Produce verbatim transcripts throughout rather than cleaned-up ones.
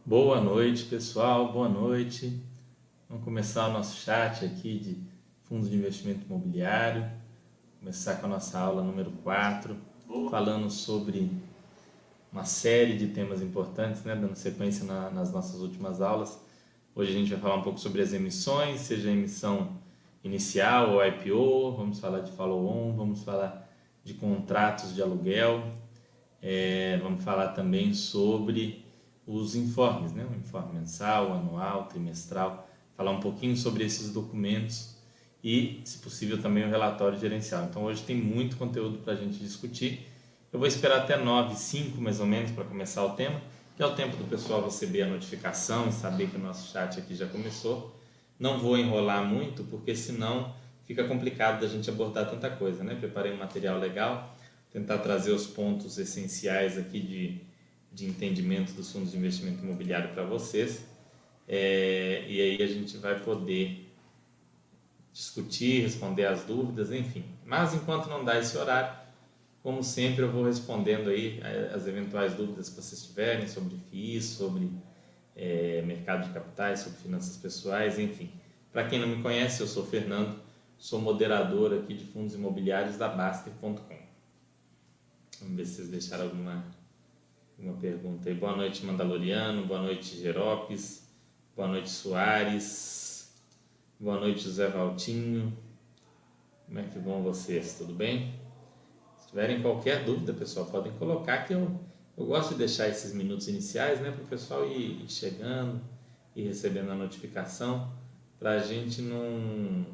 Boa noite, pessoal. Boa noite. Vamos começar o nosso chat aqui de fundos de investimento imobiliário. Começar com a nossa aula número quatro, falando sobre uma série de temas importantes, né? Dando sequência na, nas nossas últimas aulas. Hoje a gente vai falar um pouco sobre as emissões, seja a emissão inicial ou I P O. Vamos falar de follow-on, vamos falar de contratos de aluguel. É, vamos falar também sobre os informes, né? O informe mensal, anual, trimestral, falar um pouquinho sobre esses documentos e, se possível, também o relatório gerencial. Então, hoje tem muito conteúdo para a gente discutir. Eu vou esperar até nove, cinco mais ou menos para começar o tema, que é o tempo do pessoal receber a notificação e saber que o nosso chat aqui já começou. Não vou enrolar muito, porque senão fica complicado da gente abordar tanta coisa, né? Preparei um material legal, tentar trazer os pontos essenciais aqui de, de entendimento dos fundos de investimento imobiliário para vocês. É, e aí a gente vai poder discutir, responder as dúvidas, enfim. Mas enquanto não dá esse horário, como sempre eu vou respondendo aí as eventuais dúvidas que vocês tiverem sobre F I Is, sobre é, mercado de capitais, sobre finanças pessoais, enfim. Para quem não me conhece, eu sou Fernando, sou moderador aqui de fundos imobiliários da Baster ponto com. Vamos ver se vocês deixaram alguma, alguma pergunta aí. Boa noite, Mandaloriano. Boa noite, Geropes. Boa noite, Soares. Boa noite, José Valtinho. Como é que vão vocês? Tudo bem? Se tiverem qualquer dúvida, pessoal, podem colocar que eu, eu gosto de deixar esses minutos iniciais, né, para o pessoal ir, ir chegando e recebendo a notificação, para a gente não,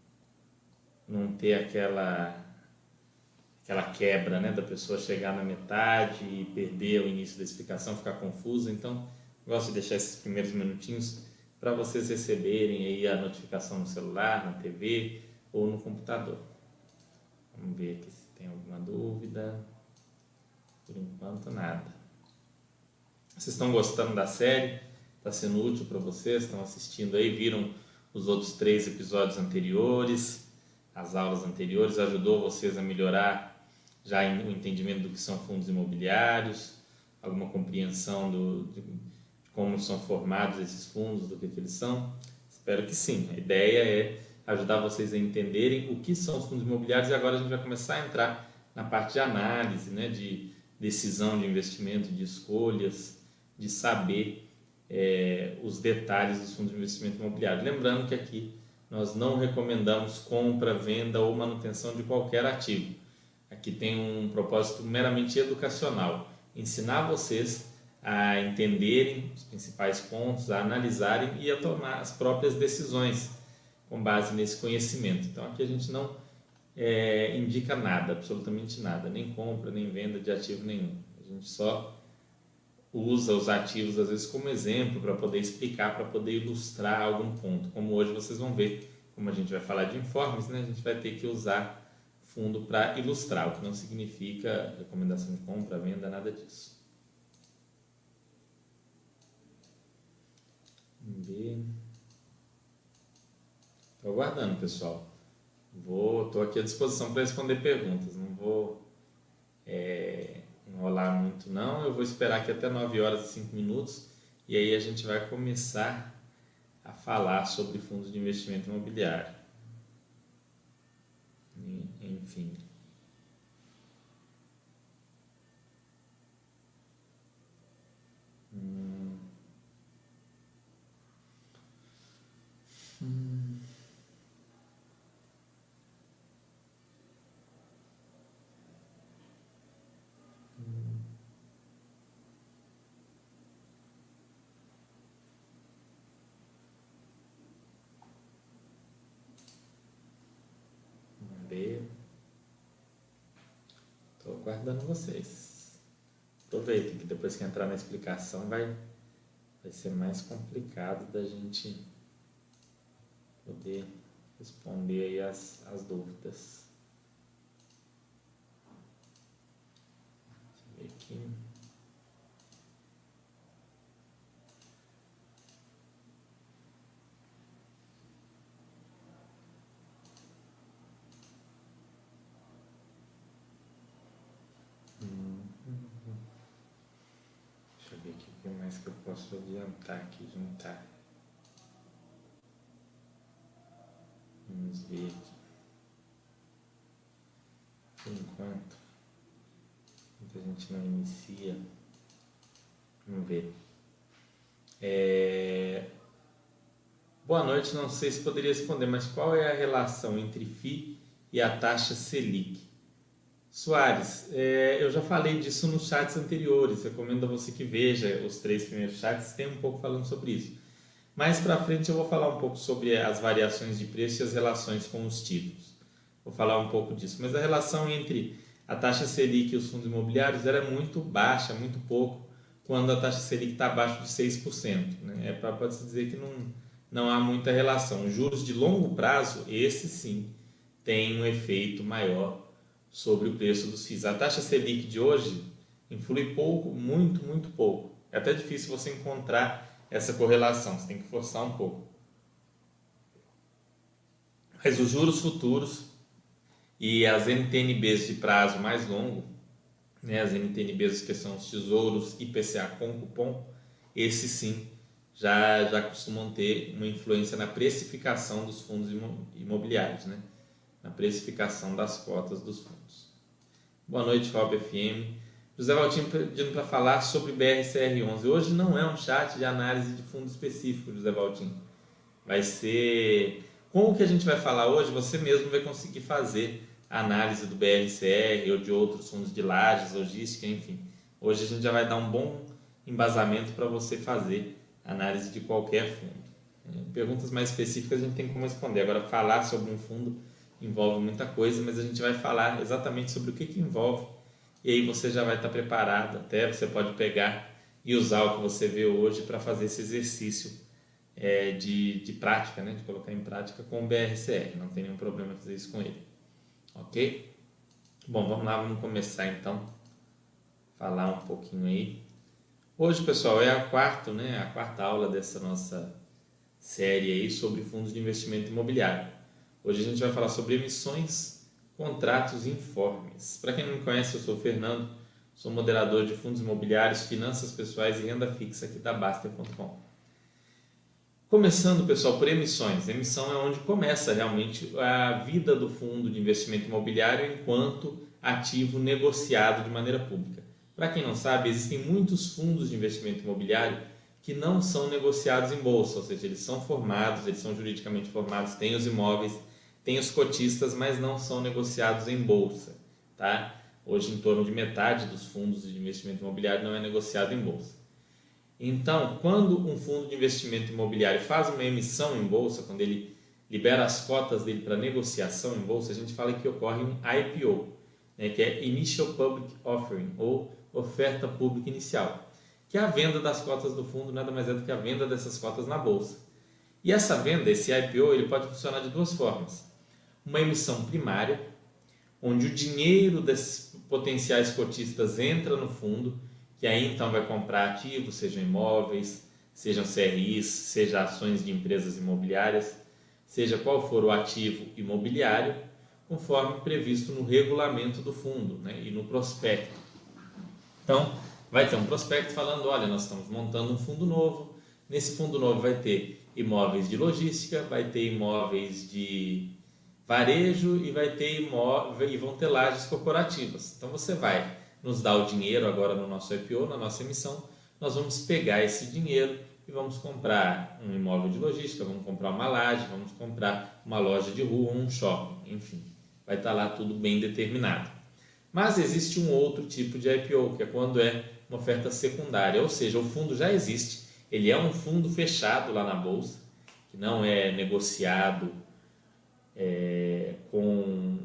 não ter aquela aquela quebra, né, da pessoa chegar na metade e perder o início da explicação, ficar confusa. Então, gosto de deixar esses primeiros minutinhos para vocês receberem aí a notificação no celular, na T V ou no computador. Vamos ver aqui se tem alguma dúvida. Por enquanto, nada. Vocês estão gostando da série? Está sendo útil para vocês? Estão assistindo aí? Viram os outros três episódios anteriores? As aulas anteriores? Ajudou vocês a melhorar já o entendimento do que são fundos imobiliários, alguma compreensão do, de, de como são formados esses fundos, do que, que eles são? Espero que sim. A ideia é ajudar vocês a entenderem o que são os fundos imobiliários e agora a gente vai começar a entrar na parte de análise, né, de decisão de investimento, de escolhas, de saber é, os detalhes dos fundos de investimento imobiliário. Lembrando que aqui nós não recomendamos compra, venda ou manutenção de qualquer ativo. Aqui tem um propósito meramente educacional, ensinar vocês a entenderem os principais pontos, a analisarem e a tomar as próprias decisões com base nesse conhecimento. Então aqui a gente não é, indica nada, absolutamente nada, nem compra, nem venda de ativo nenhum. A gente só usa os ativos às vezes como exemplo para poder explicar, para poder ilustrar algum ponto. Como hoje vocês vão ver, como a gente vai falar de informes, né, a gente vai ter que usar fundo para ilustrar, o que não significa recomendação de compra, venda, nada disso. Vamos ver. Estou aguardando, pessoal. Vou, estou aqui à disposição para responder perguntas. Não vou é, enrolar muito, não. Eu vou esperar aqui até nove horas e cinco minutos e aí a gente vai começar a falar sobre fundos de investimento imobiliário. Enfim. Hum. Hum. Vamos ver. Estou aguardando vocês. Aproveitem que depois que entrar na explicação vai, vai ser mais complicado da gente poder responder aí as, as dúvidas. Deixa eu ver aqui. Hum, Deixa eu ver aqui o que mais que eu posso adiantar aqui, juntar. Vamos ver aqui. Por enquanto, enquanto a gente não inicia, vamos ver. É... Boa noite, não sei se poderia responder, mas qual é a relação entre F I I e a taxa Selic? Soares, é, eu já falei disso nos chats anteriores, recomendo a você que veja os três primeiros chats, tem um pouco falando sobre isso. Mais para frente eu vou falar um pouco sobre as variações de preço e as relações com os títulos. Vou falar um pouco disso, mas a relação entre a taxa Selic e os fundos imobiliários era muito baixa, muito pouco, quando a taxa Selic está abaixo de seis por cento. Né? É para pode-se dizer que não, não há muita relação. Juros de longo prazo, esse sim, tem um efeito maior sobre o preço dos F I Is. A taxa Selic de hoje influi pouco, muito, muito pouco. É até difícil você encontrar essa correlação, você tem que forçar um pouco. Mas os juros futuros e as N T N Bs de prazo mais longo, né, as N T N Bs que são os tesouros I P C A com cupom, esses sim já, já costumam ter uma influência na precificação dos fundos imobiliários, né? Na precificação das cotas dos fundos. Boa noite, Rob F M. José Valtinho pedindo para falar sobre B R C R onze. Hoje não é um chat de análise de fundo específico, José Valtinho. Vai ser... Com o que a gente vai falar hoje, você mesmo vai conseguir fazer a análise do B R C R ou de outros fundos de lajes, logística, enfim. Hoje a gente já vai dar um bom embasamento para você fazer a análise de qualquer fundo. Perguntas mais específicas a gente tem como responder. Agora, falar sobre um fundo envolve muita coisa, mas a gente vai falar exatamente sobre o que, que envolve e aí você já vai estar preparado, até você pode pegar e usar o que você vê hoje para fazer esse exercício é, de, de prática, né? De colocar em prática com o B R C R, não tem nenhum problema fazer isso com ele, ok? Bom, vamos lá, vamos começar então, falar um pouquinho aí. Hoje, pessoal, é a quarta, né, a quarta aula dessa nossa série aí sobre fundos de investimento imobiliário. Hoje a gente vai falar sobre emissões, contratos e informes. Para quem não me conhece, eu sou o Fernando, sou moderador de fundos imobiliários, finanças pessoais e renda fixa aqui da Baster ponto com. Começando, pessoal, por emissões. Emissão é onde começa realmente a vida do fundo de investimento imobiliário enquanto ativo negociado de maneira pública. Para quem não sabe, existem muitos fundos de investimento imobiliário que não são negociados em bolsa, ou seja, eles são formados, eles são juridicamente formados, têm os imóveis, têm os cotistas, mas não são negociados em bolsa. Tá? Hoje, em torno de metade dos fundos de investimento imobiliário não é negociado em bolsa. Então, quando um fundo de investimento imobiliário faz uma emissão em bolsa, quando ele libera as cotas dele para negociação em bolsa, a gente fala que ocorre um I P O, né, que é Initial Public Offering, ou oferta pública inicial, que é a venda das cotas do fundo, nada mais é do que a venda dessas cotas na bolsa. E essa venda, esse I P O, ele pode funcionar de duas formas. Uma emissão primária, onde o dinheiro desses potenciais cotistas entra no fundo, que aí então vai comprar ativos, sejam imóveis, sejam C R Is, sejam ações de empresas imobiliárias, seja qual for o ativo imobiliário, conforme previsto no regulamento do fundo, né, e no prospecto. Então, vai ter um prospecto falando, olha, nós estamos montando um fundo novo, nesse fundo novo vai ter imóveis de logística, vai ter imóveis de varejo e vai ter imóveis e vão ter lajes corporativas. Então você vai nos dar o dinheiro agora no nosso I P O, na nossa emissão, nós vamos pegar esse dinheiro e vamos comprar um imóvel de logística, vamos comprar uma laje, vamos comprar uma loja de rua, um shopping, enfim, vai estar lá tudo bem determinado. Mas existe um outro tipo de I P O, que é quando é uma oferta secundária, ou seja, o fundo já existe, ele é um fundo fechado lá na bolsa, que não é negociado é, com,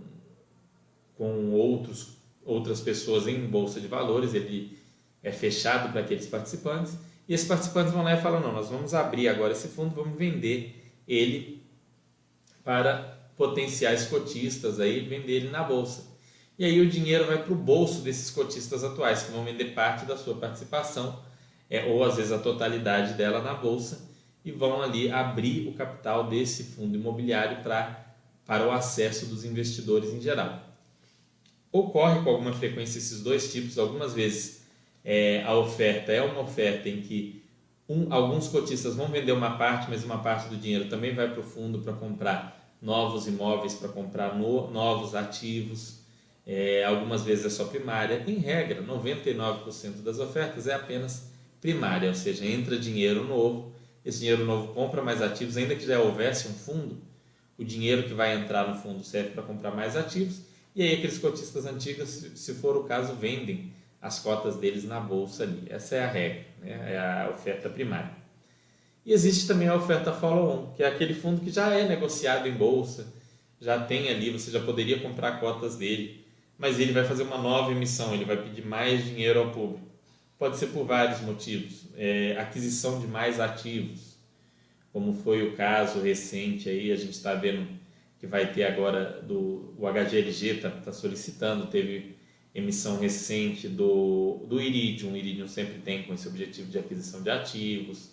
com outros, outras pessoas em bolsa de valores, ele é fechado para aqueles participantes, e esses participantes vão lá e falam, não, nós vamos abrir agora esse fundo, vamos vender ele para potenciais cotistas, aí, vender ele na bolsa. E aí o dinheiro vai para o bolso desses cotistas atuais, que vão vender parte da sua participação, é, ou às vezes a totalidade dela na bolsa, e vão ali abrir o capital desse fundo imobiliário pra, para o acesso dos investidores em geral. Ocorre com alguma frequência esses dois tipos, algumas vezes é, a oferta é uma oferta em que um, alguns cotistas vão vender uma parte, mas uma parte do dinheiro também vai para o fundo para comprar novos imóveis, para comprar no, novos ativos. É, algumas vezes é só primária. Em regra, noventa e nove por cento das ofertas é apenas primária, ou seja, entra dinheiro novo, esse dinheiro novo compra mais ativos, ainda que já houvesse um fundo, o dinheiro que vai entrar no fundo serve para comprar mais ativos, e aí aqueles cotistas antigos, se for o caso, vendem as cotas deles na bolsa ali. Essa é a regra, né? É a oferta primária. E existe também a oferta follow-on, que é aquele fundo que já é negociado em bolsa, já tem ali, você já poderia comprar cotas dele, mas ele vai fazer uma nova emissão, ele vai pedir mais dinheiro ao público. Pode ser por vários motivos, é, aquisição de mais ativos, como foi o caso recente aí, a gente está vendo que vai ter agora, do, o H G L G está tá solicitando, teve emissão recente do, do Iridium, o Iridium sempre tem com esse objetivo de aquisição de ativos.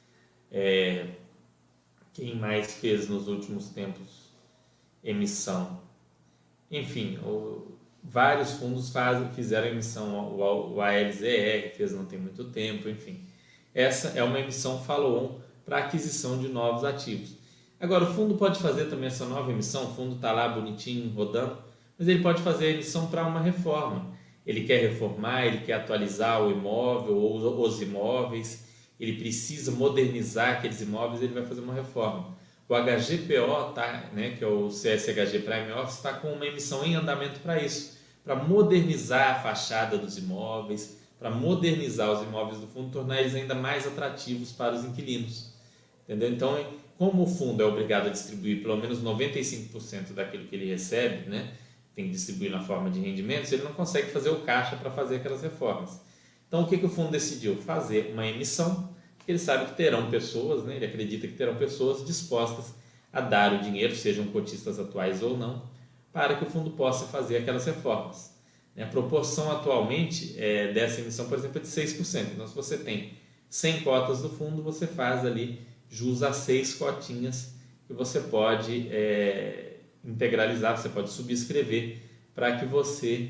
É, quem mais fez nos últimos tempos emissão? Enfim, o, vários fundos faz, fizeram emissão, o, o A L Z R fez não tem muito tempo, enfim. Essa é uma emissão follow-on para aquisição de novos ativos. Agora, o fundo pode fazer também essa nova emissão, o fundo está lá bonitinho, rodando, mas ele pode fazer a emissão para uma reforma. Ele quer reformar, ele quer atualizar o imóvel ou os imóveis, ele precisa modernizar aqueles imóveis, ele vai fazer uma reforma. O H G P O, tá, né, que é o C S H G Prime Office, está com uma emissão em andamento para isso, para modernizar a fachada dos imóveis, para modernizar os imóveis do fundo, tornar eles ainda mais atrativos para os inquilinos. Entendeu? Então, como o fundo é obrigado a distribuir pelo menos noventa e cinco por cento daquilo que ele recebe, né, tem que distribuir na forma de rendimentos, ele não consegue fazer o caixa para fazer aquelas reformas. Então, o que, que o fundo decidiu? Fazer uma emissão, que ele sabe que terão pessoas, né, ele acredita que terão pessoas dispostas a dar o dinheiro, sejam cotistas atuais ou não, para que o fundo possa fazer aquelas reformas. A proporção atualmente é, dessa emissão, por exemplo, é de seis por cento. Então, se você tem cem cotas do fundo, você faz ali jus a seis cotinhas que você pode é, integralizar, você pode subscrever para que você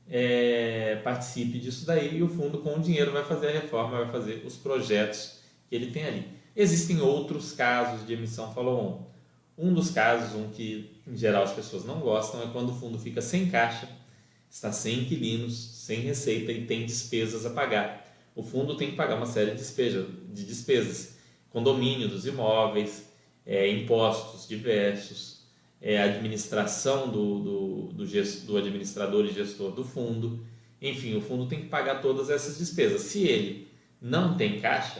é, participe disso daí, e o fundo com o dinheiro vai fazer a reforma, vai fazer os projetos que ele tem ali. Existem outros casos de emissão follow-on. Um dos casos, um que em geral as pessoas não gostam, é quando o fundo fica sem caixa, está sem inquilinos, sem receita e tem despesas a pagar. O fundo tem que pagar uma série de despesas, de despesas condomínio dos imóveis, é, impostos diversos, é, administração do, do, do, gesto, do administrador e gestor do fundo. Enfim, o fundo tem que pagar todas essas despesas. Se ele não tem caixa,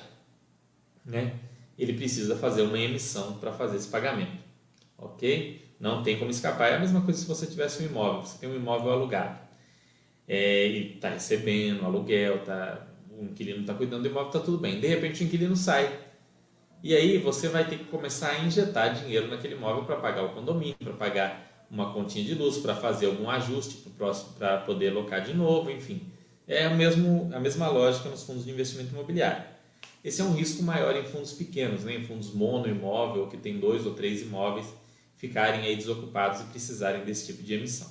né, ele precisa fazer uma emissão para fazer esse pagamento. Ok? Não tem como escapar. É a mesma coisa se você tivesse um imóvel. Você tem um imóvel alugado. É, e está recebendo aluguel, tá, o inquilino está cuidando do imóvel, está tudo bem. De repente o inquilino sai. E aí você vai ter que começar a injetar dinheiro naquele imóvel para pagar o condomínio, para pagar uma continha de luz, para fazer algum ajuste para o próximo, para poder alocar de novo, enfim. É o mesmo, a mesma lógica nos fundos de investimento imobiliário. Esse é um risco maior em fundos pequenos, né? Em fundos monoimóvel, que tem dois ou três imóveis, ficarem aí desocupados e precisarem desse tipo de emissão.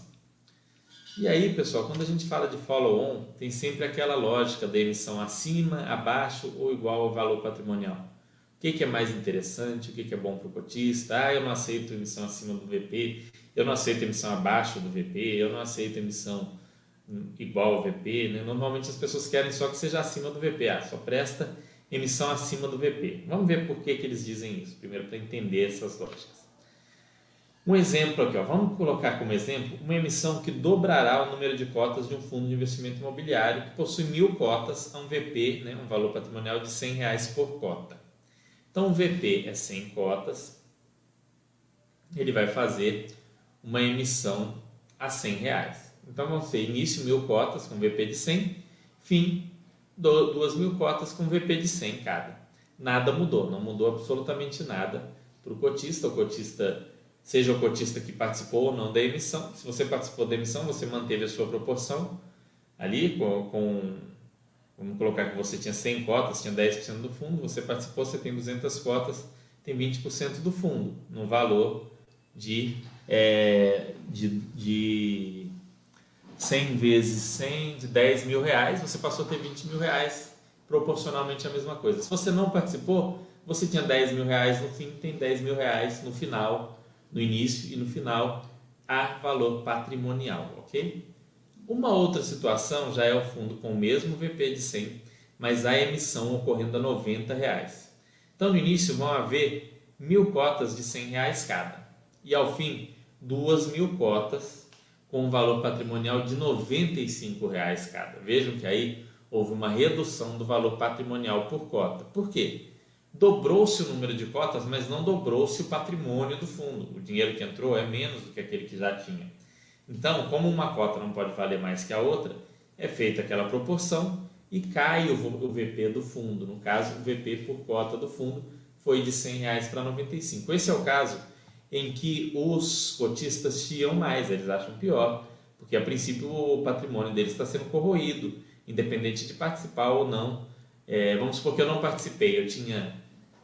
E aí, pessoal, quando a gente fala de follow-on, tem sempre aquela lógica da emissão acima, abaixo ou igual ao valor patrimonial. O que, que é mais interessante, o que, que é bom para o cotista? Ah, eu não aceito emissão acima do V P, eu não aceito emissão abaixo do V P, eu não aceito emissão igual ao V P. Né? Normalmente as pessoas querem só que seja acima do V P, ah, só presta emissão acima do V P. Vamos ver por que, que eles dizem isso, primeiro para entender essas lógicas. Um exemplo aqui, ó, vamos colocar como exemplo uma emissão que dobrará o número de cotas de um fundo de investimento imobiliário que possui mil cotas a um V P, né, um valor patrimonial de cem reais por cota. Então o V P é cem cotas, ele vai fazer uma emissão a cem reais. Então vão ser início mil cotas com V P de cem, fim duas mil cotas com V P de cem cada. Nada mudou, não mudou absolutamente nada para o cotista. O cotista, seja o cotista que participou ou não da emissão, se você participou da emissão, você manteve a sua proporção ali com, com vamos colocar que você tinha cem cotas, tinha dez por cento do fundo, você participou, você tem duzentas cotas, tem vinte por cento do fundo, no valor de, é, de, de cem vezes cem de dez mil reais, você passou a ter vinte mil reais, proporcionalmente a mesma coisa. Se você não participou, você tinha dez mil reais no fim, tem dez mil reais no final, no início e no final, a valor patrimonial, ok? Uma outra situação já é o fundo com o mesmo V P de cem, mas a emissão ocorrendo a noventa reais. Então, no início vão haver mil cotas de cem reais cada. E ao fim, duas mil cotas com um valor patrimonial de noventa e cinco reais cada. Vejam que aí houve uma redução do valor patrimonial por cota. Por quê? Dobrou-se o número de cotas, mas não dobrou-se o patrimônio do fundo. O dinheiro que entrou é menos do que aquele que já tinha. Então, como uma cota não pode valer mais que a outra, é feita aquela proporção e cai o V P do fundo. No caso, o V P por cota do fundo foi de cem reais para noventa e cinco. Esse é o caso em que os cotistas chiam mais, eles acham pior, porque a princípio o patrimônio deles está sendo corroído, independente de participar ou não. É, vamos supor que eu não participei, eu tinha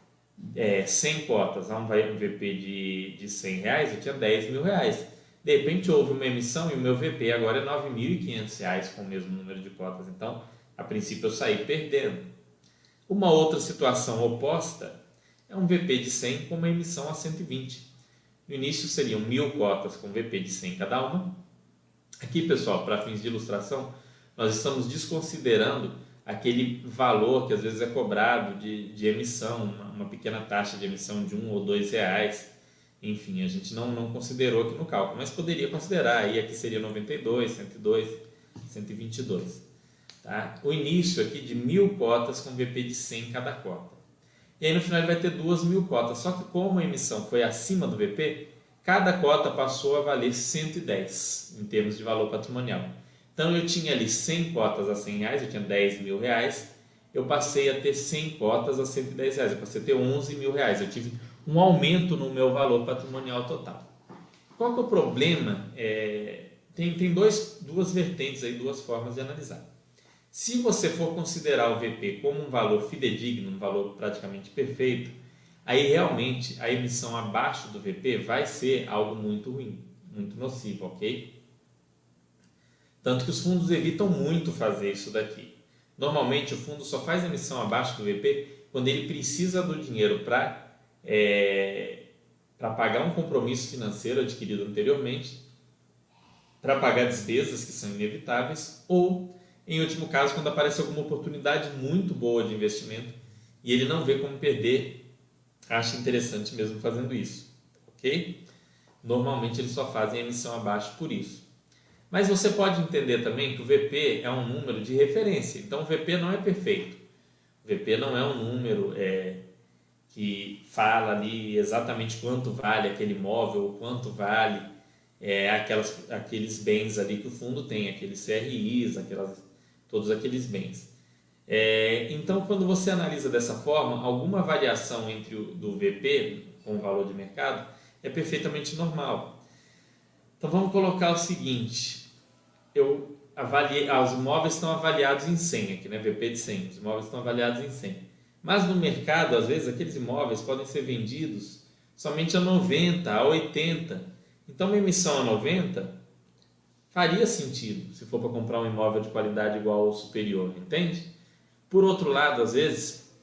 é, cem cotas a um V P de, de cem reais, eu tinha dez mil reais. De repente houve uma emissão e o meu V P agora é nove mil e quinhentos reais com o mesmo número de cotas. Então, a princípio eu saí perdendo. Uma outra situação oposta é um V P de cem com uma emissão a cento e vinte. No início seriam mil cotas com V P de cem cada uma. Aqui, pessoal, para fins de ilustração, nós estamos desconsiderando aquele valor que às vezes é cobrado de, de emissão, uma, uma pequena taxa de emissão de um ou dois reais. Enfim, a gente não, não considerou aqui no cálculo, mas poderia considerar. Aí aqui seria noventa e dois, cento e dois, cento e vinte e dois. Tá? O início aqui de mil cotas com V P de cem cada cota. E aí no final ele vai ter duas mil cotas. Só que como a emissão foi acima do V P, cada cota passou a valer cento e dez em termos de valor patrimonial. Então eu tinha ali cem cotas a cem reais, eu tinha dez mil reais, eu passei a ter cem cotas a cento e dez reais, eu passei a ter onze mil reais. Eu tive um aumento no meu valor patrimonial total. Qual que é o problema? É, tem tem dois, duas vertentes aí, duas formas de analisar. Se você for considerar o V P como um valor fidedigno, um valor praticamente perfeito, aí realmente a emissão abaixo do V P vai ser algo muito ruim, muito nocivo, ok? Tanto que os fundos evitam muito fazer isso daqui. Normalmente o fundo só faz emissão abaixo do V P quando ele precisa do dinheiro para é, para pagar um compromisso financeiro adquirido anteriormente, para pagar despesas que são inevitáveis, ou, em último caso, quando aparece alguma oportunidade muito boa de investimento e ele não vê como perder, acha interessante mesmo fazendo isso, ok? Normalmente eles só fazem emissão abaixo por isso. Mas você pode entender também que o V P é um número de referência, então o V P não é perfeito. O V P não é um número é, que fala ali exatamente quanto vale aquele imóvel, quanto vale é, aquelas, aqueles bens ali que o fundo tem, aqueles C R Is, aquelas, todos aqueles bens. É, então, quando você analisa dessa forma, alguma variação entre o do V P com o valor de mercado é perfeitamente normal. Então, vamos colocar o seguinte, eu avaliei, ah, os imóveis estão avaliados em cem aqui, né? V P de cem, os imóveis estão avaliados em cem. Mas no mercado, às vezes, aqueles imóveis podem ser vendidos somente a noventa, a oitenta. Então, uma emissão a noventa faria sentido se for para comprar um imóvel de qualidade igual ou superior, entende? Por outro lado, às vezes,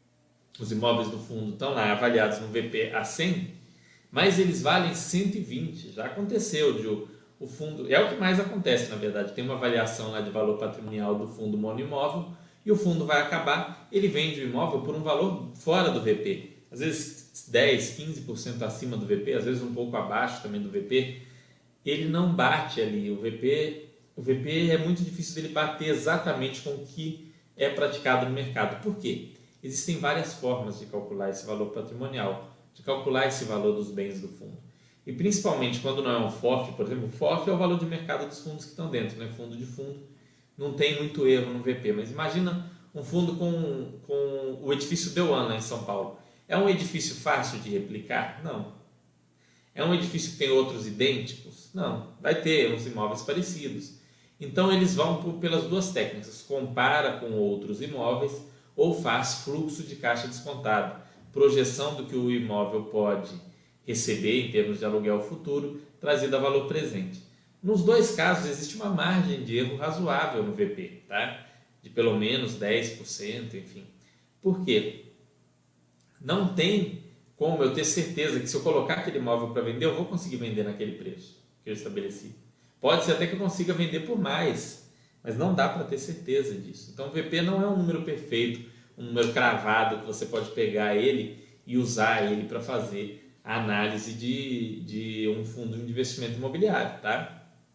os imóveis do fundo estão lá avaliados no V P a cem, mas eles valem cento e vinte. Já aconteceu de o, o fundo... É o que mais acontece, na verdade. Tem uma avaliação lá de valor patrimonial do fundo monoimóvel, e o fundo vai acabar, ele vende o imóvel por um valor fora do V P. Às vezes dez, quinze por cento acima do V P, às vezes um pouco abaixo também do V P. Ele não bate ali. O V P, o V P é muito difícil dele bater exatamente com o que é praticado no mercado. Por quê? Existem várias formas de calcular esse valor patrimonial, de calcular esse valor dos bens do fundo. E principalmente quando não é um F O F, por exemplo, o F O F é o valor de mercado dos fundos que estão dentro, né? Fundo de fundo. Não tem muito erro no V P, mas imagina um fundo com, com o edifício Deuan lá em São Paulo. É um edifício fácil de replicar? Não. É um edifício que tem outros idênticos? Não. Vai ter uns imóveis parecidos. Então eles vão por, pelas duas técnicas, compara com outros imóveis ou faz fluxo de caixa descontado, projeção do que o imóvel pode receber em termos de aluguel futuro, trazido a valor presente. Nos dois casos existe uma margem de erro razoável no V P, tá? De pelo menos dez por cento, enfim. Por quê? Não tem como eu ter certeza que se eu colocar aquele imóvel para vender, eu vou conseguir vender naquele preço que eu estabeleci. Pode ser até que eu consiga vender por mais, mas não dá para ter certeza disso. Então o V P não é um número perfeito, um número cravado que você pode pegar ele e usar ele para fazer a análise de, de um fundo de investimento imobiliário, tá?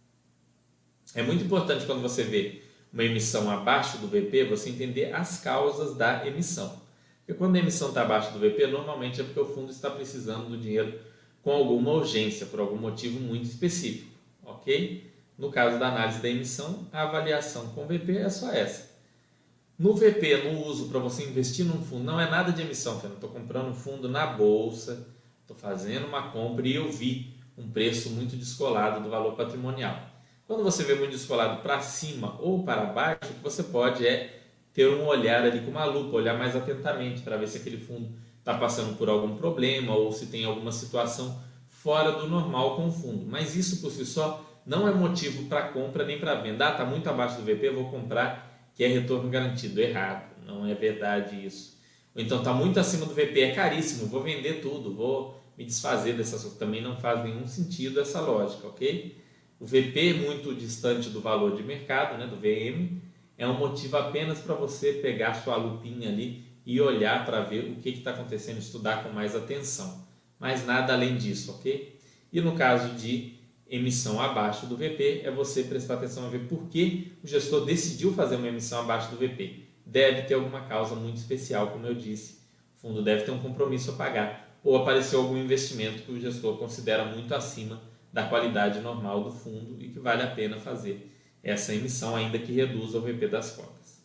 É muito importante quando você vê uma emissão abaixo do V P, você entender as causas da emissão. Porque quando a emissão está abaixo do V P, normalmente é porque o fundo está precisando do dinheiro com alguma urgência, por algum motivo muito específico, ok? No caso da análise da emissão, a avaliação com V P é só essa. No V P, no uso para você investir num fundo, não é nada de emissão, Fernando. Estou comprando um fundo na bolsa, estou fazendo uma compra e eu vi um preço muito descolado do valor patrimonial. Quando você vê muito descolado para cima ou para baixo, o que você pode é ter um olhar ali com uma lupa, olhar mais atentamente para ver se aquele fundo está passando por algum problema ou se tem alguma situação fora do normal com o fundo. Mas isso por si só não é motivo para compra nem para venda. Ah, está muito abaixo do V P, vou comprar que é retorno garantido. Errado, não é verdade isso. Ou então está muito acima do V P, é caríssimo, vou vender tudo, vou me desfazer dessa coisa. Também não faz nenhum sentido essa lógica, ok? O V P muito distante do valor de mercado, né, do V M, é um motivo apenas para você pegar sua lupinha ali e olhar para ver o que está acontecendo, estudar com mais atenção. Mas nada além disso, ok? E no caso de emissão abaixo do V P, é você prestar atenção a ver por que o gestor decidiu fazer uma emissão abaixo do V P. Deve ter alguma causa muito especial, como eu disse. O fundo deve ter um compromisso a pagar, ou apareceu algum investimento que o gestor considera muito acima da qualidade normal do fundo e que vale a pena fazer essa emissão, ainda que reduza o V P das cotas.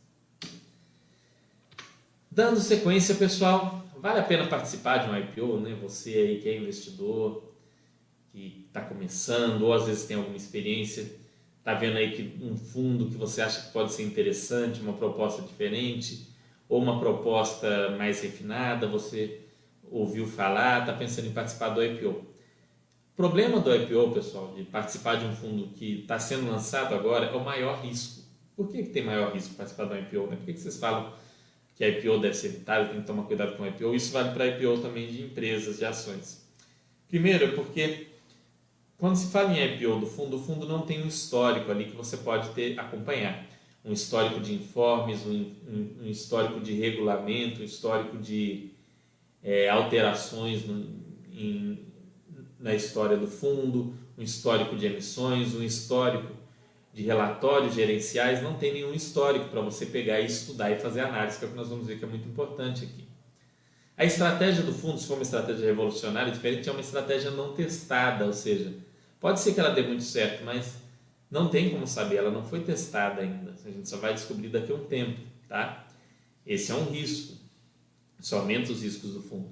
Dando sequência, pessoal, vale a pena participar de um I P O, né? Você aí que é investidor, que está começando, ou às vezes tem alguma experiência, está vendo aí que um fundo que você acha que pode ser interessante, uma proposta diferente, ou uma proposta mais refinada, você ouviu falar, está pensando em participar do I P O. O problema do I P O, pessoal, de participar de um fundo que está sendo lançado agora, é o maior risco. Por que, que tem maior risco participar do I P O? Né? Por que, que vocês falam que I P O deve ser evitado, tem que tomar cuidado com o I P O? Isso vale para I P O também de empresas, de ações. Primeiro, porque quando se fala em I P O do fundo, o fundo não tem um histórico ali que você pode ter, acompanhar. Um histórico de informes, um, um, um histórico de regulamento, um histórico de é, alterações no, em, na história do fundo, um histórico de emissões, um histórico de relatórios gerenciais. Não tem nenhum histórico para você pegar e estudar e fazer análise, que é o que nós vamos ver que é muito importante aqui. A estratégia do fundo, se for uma estratégia revolucionária, diferente, é uma estratégia não testada, ou seja, pode ser que ela dê muito certo, mas não tem como saber, ela não foi testada ainda. A gente só vai descobrir daqui a um tempo, tá? Esse é um risco, isso aumenta os riscos do fundo.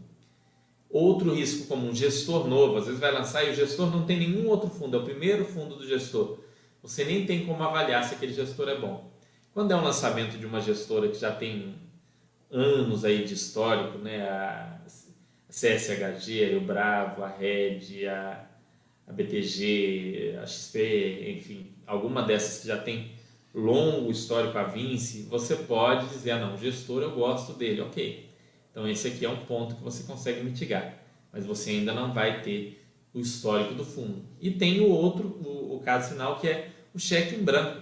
Outro risco como um gestor novo, às vezes vai lançar e o gestor não tem nenhum outro fundo, é o primeiro fundo do gestor. Você nem tem como avaliar se aquele gestor é bom. Quando é um lançamento de uma gestora que já tem anos aí de histórico, né? A C S H G, a Bravo, a Red, a, a B T G, a X P, enfim, alguma dessas que já tem longo histórico, a Vinci, você pode dizer, ah, não, gestor eu gosto dele, ok. Então esse aqui é um ponto que você consegue mitigar, mas você ainda não vai ter o histórico do fundo. E tem o outro, o, o caso final, que é o cheque em branco.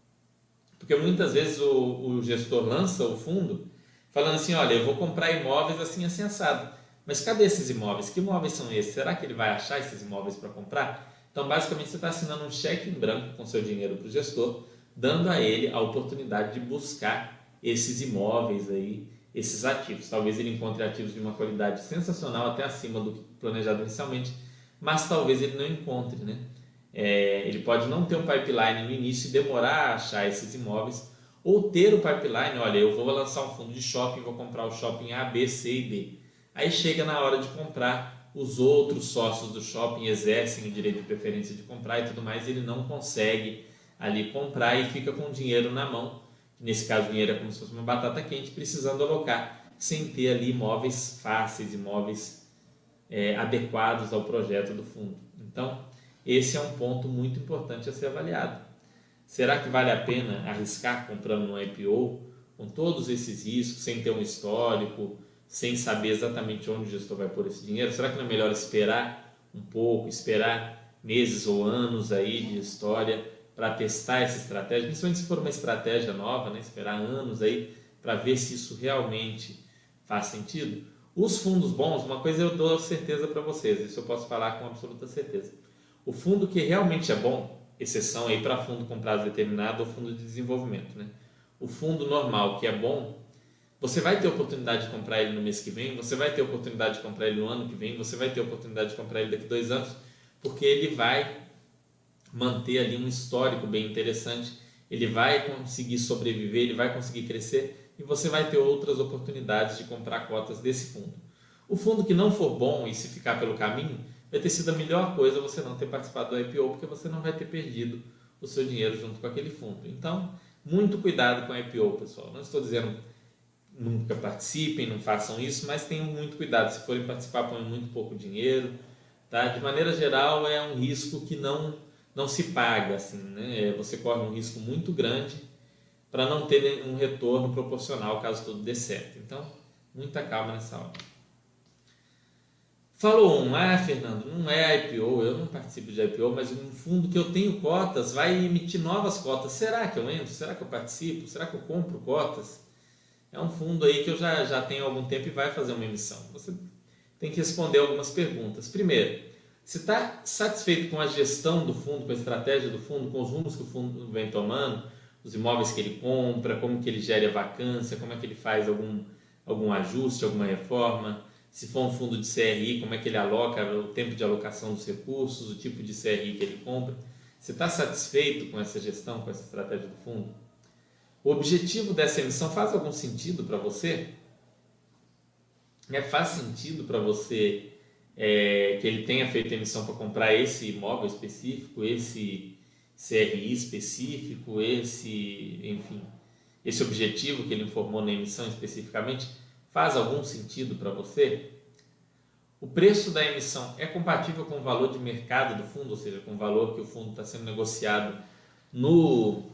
Porque muitas vezes o, o gestor lança o fundo falando assim, olha, eu vou comprar imóveis assim, assim, assado. Mas cadê esses imóveis? Que imóveis são esses? Será que ele vai achar esses imóveis para comprar? Então, basicamente, você está assinando um cheque em branco com seu dinheiro para o gestor, dando a ele a oportunidade de buscar esses imóveis aí, esses ativos. Talvez ele encontre ativos de uma qualidade sensacional, até acima do planejado inicialmente, mas talvez ele não encontre, né? É, ele pode não ter um pipeline no início e demorar a achar esses imóveis, ou ter o pipeline, olha, eu vou lançar um fundo de shopping, vou comprar o shopping A, B, C e D. Aí chega na hora de comprar, os outros sócios do shopping exercem o direito de preferência de comprar e tudo mais, e ele não consegue ali comprar e fica com o dinheiro na mão. Nesse caso, o dinheiro é como se fosse uma batata quente, precisando alocar, sem ter ali imóveis fáceis, imóveis é, adequados ao projeto do fundo. Então, esse é um ponto muito importante a ser avaliado. Será que vale a pena arriscar comprando no I P O com todos esses riscos, sem ter um histórico, sem saber exatamente onde o gestor vai pôr esse dinheiro? Será que não é melhor esperar um pouco, esperar meses ou anos aí de história para testar essa estratégia, principalmente se for uma estratégia nova, né? Esperar anos aí para ver se isso realmente faz sentido? Os fundos bons, uma coisa eu dou certeza para vocês, isso eu posso falar com absoluta certeza. O fundo que realmente é bom, exceção aí para fundo com prazo determinado ou fundo de desenvolvimento, né? O fundo normal que é bom, você vai ter oportunidade de comprar ele no mês que vem, você vai ter oportunidade de comprar ele no ano que vem, você vai ter oportunidade de comprar ele daqui a dois anos, porque ele vai manter ali um histórico bem interessante, ele vai conseguir sobreviver, ele vai conseguir crescer e você vai ter outras oportunidades de comprar cotas desse fundo. O fundo que não for bom e se ficar pelo caminho, vai ter sido a melhor coisa você não ter participado do I P O, porque você não vai ter perdido o seu dinheiro junto com aquele fundo. Então, muito cuidado com o I P O, pessoal. Não estou dizendo nunca participem, não façam isso, mas tenham muito cuidado. Se forem participar, ponham muito pouco dinheiro. Tá? De maneira geral, é um risco que não, não se paga. Assim, né? Você corre um risco muito grande para não ter um retorno proporcional caso tudo dê certo. Então, muita calma nessa hora. Falou um, ah, Fernando, não é I P O, eu não participo de I P O, mas um fundo que eu tenho cotas vai emitir novas cotas. Será que eu entro? Será que eu participo? Será que eu compro cotas? É um fundo aí que eu já, já tenho há algum tempo e vai fazer uma emissão. Você tem que responder algumas perguntas. Primeiro, você está satisfeito com a gestão do fundo, com a estratégia do fundo, com os rumos que o fundo vem tomando, os imóveis que ele compra, como que ele gera a vacância, como é que ele faz algum, algum ajuste, alguma reforma? Se for um fundo de C R I, como é que ele aloca, o tempo de alocação dos recursos, o tipo de C R I que ele compra? Você está satisfeito com essa gestão, com essa estratégia do fundo? O objetivo dessa emissão faz algum sentido para você? É, faz sentido para você é, que ele tenha feito a emissão para comprar esse imóvel específico, esse C R I específico, esse, enfim, esse objetivo que ele informou na emissão especificamente? Faz algum sentido para você? O preço da emissão é compatível com o valor de mercado do fundo, ou seja, com o valor que o fundo está sendo negociado no,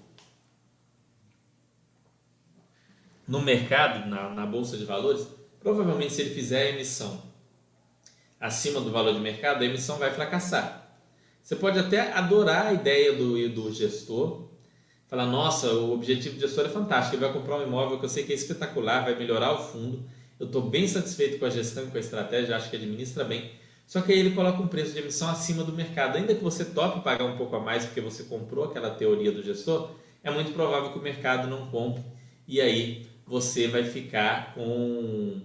no mercado, na, na bolsa de valores? Provavelmente, se ele fizer a emissão acima do valor de mercado, a emissão vai fracassar. Você pode até adorar a ideia do, do gestor, falar, nossa, o objetivo do gestor é fantástico, ele vai comprar um imóvel que eu sei que é espetacular, vai melhorar o fundo, eu estou bem satisfeito com a gestão e com a estratégia, acho que administra bem. Só que aí ele coloca um preço de emissão acima do mercado. Ainda que você tope pagar um pouco a mais porque você comprou aquela teoria do gestor, é muito provável que o mercado não compre e aí você vai ficar com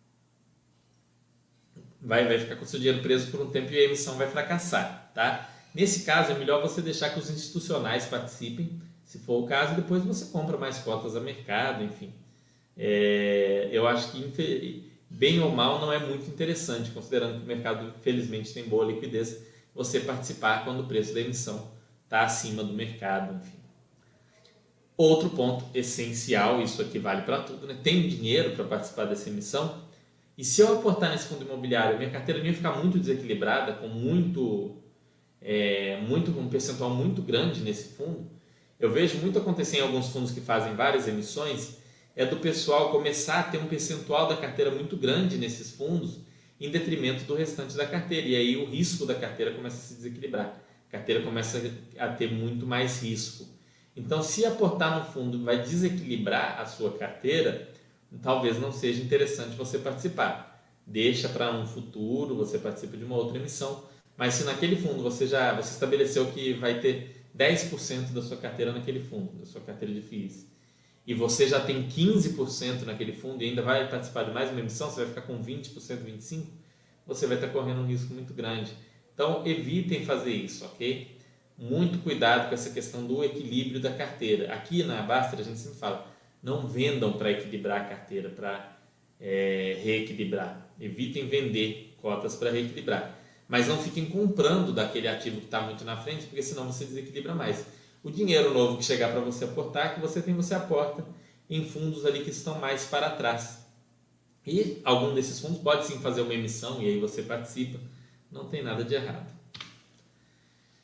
vai, vai ficar com o seu dinheiro preso por um tempo e a emissão vai fracassar. Tá? Nesse caso, é melhor você deixar que os institucionais participem, se for o caso, e depois você compra mais cotas a mercado, enfim. É, eu acho que, bem ou mal, não é muito interessante, considerando que o mercado, felizmente, tem boa liquidez, você participar quando o preço da emissão está acima do mercado, enfim. Outro ponto essencial, isso aqui vale para tudo, né? Tem dinheiro para participar dessa emissão? E se eu aportar nesse fundo imobiliário, minha carteira não ia ficar muito desequilibrada, com muito, é, muito, um percentual muito grande nesse fundo? Eu vejo muito acontecer em alguns fundos que fazem várias emissões, é do pessoal começar a ter um percentual da carteira muito grande nesses fundos, em detrimento do restante da carteira. E aí o risco da carteira começa a se desequilibrar. A carteira começa a ter muito mais risco. Então, se aportar no fundo vai desequilibrar a sua carteira, talvez não seja interessante você participar. Deixa para um futuro, você participa de uma outra emissão. Mas se naquele fundo você já você estabeleceu que vai ter dez por cento da sua carteira naquele fundo, da sua carteira de F I Is, e você já tem quinze por cento naquele fundo e ainda vai participar de mais uma emissão, você vai ficar com vinte por cento, vinte e cinco por cento, você vai estar correndo um risco muito grande. Então, evitem fazer isso, ok? Muito cuidado com essa questão do equilíbrio da carteira. Aqui na Baster a gente sempre fala, não vendam para equilibrar a carteira, para é, reequilibrar. Evitem vender cotas para reequilibrar. Mas não fiquem comprando daquele ativo que está muito na frente, porque senão você desequilibra mais. O dinheiro novo que chegar para você aportar, que você tem, você aporta em fundos ali que estão mais para trás. E algum desses fundos pode sim fazer uma emissão e aí você participa. Não tem nada de errado.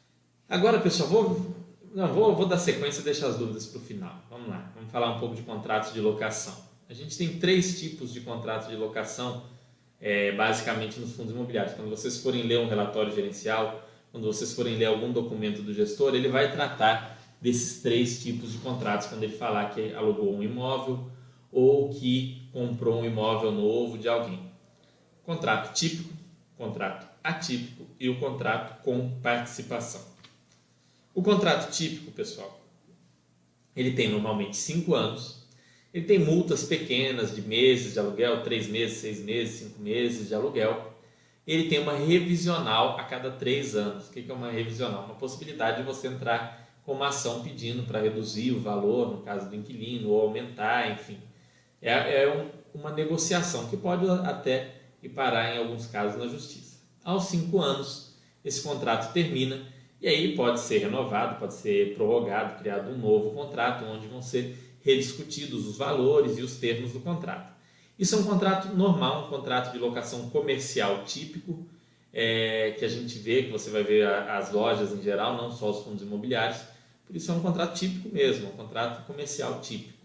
Agora, pessoal, vou, não, vou, vou dar sequência e deixar as dúvidas para o final. Vamos lá, vamos falar um pouco de contratos de locação. A gente tem três tipos de contratos de locação, é, basicamente nos fundos imobiliários. Quando vocês forem ler um relatório gerencial, quando vocês forem ler algum documento do gestor, ele vai tratar desses três tipos de contratos, quando ele falar que alugou um imóvel ou que comprou um imóvel novo de alguém. Contrato típico, contrato atípico e o contrato com participação. O contrato típico, pessoal, ele tem normalmente cinco anos, ele tem multas pequenas de meses de aluguel, três meses, seis meses, cinco meses de aluguel. Ele tem uma revisional a cada três anos. O que é uma revisional? Uma possibilidade de você entrar com uma ação pedindo para reduzir o valor, no caso do inquilino, ou aumentar, enfim. É, é um, uma negociação que pode até ir parar, em alguns casos, na justiça. Aos cinco anos, esse contrato termina e aí pode ser renovado, pode ser prorrogado, criado um novo contrato, onde vão ser rediscutidos os valores e os termos do contrato. Isso é um contrato normal, um contrato de locação comercial típico, é, que a gente vê, que você vai ver as lojas em geral, não só os fundos imobiliários. Por isso é um contrato típico mesmo, um contrato comercial típico.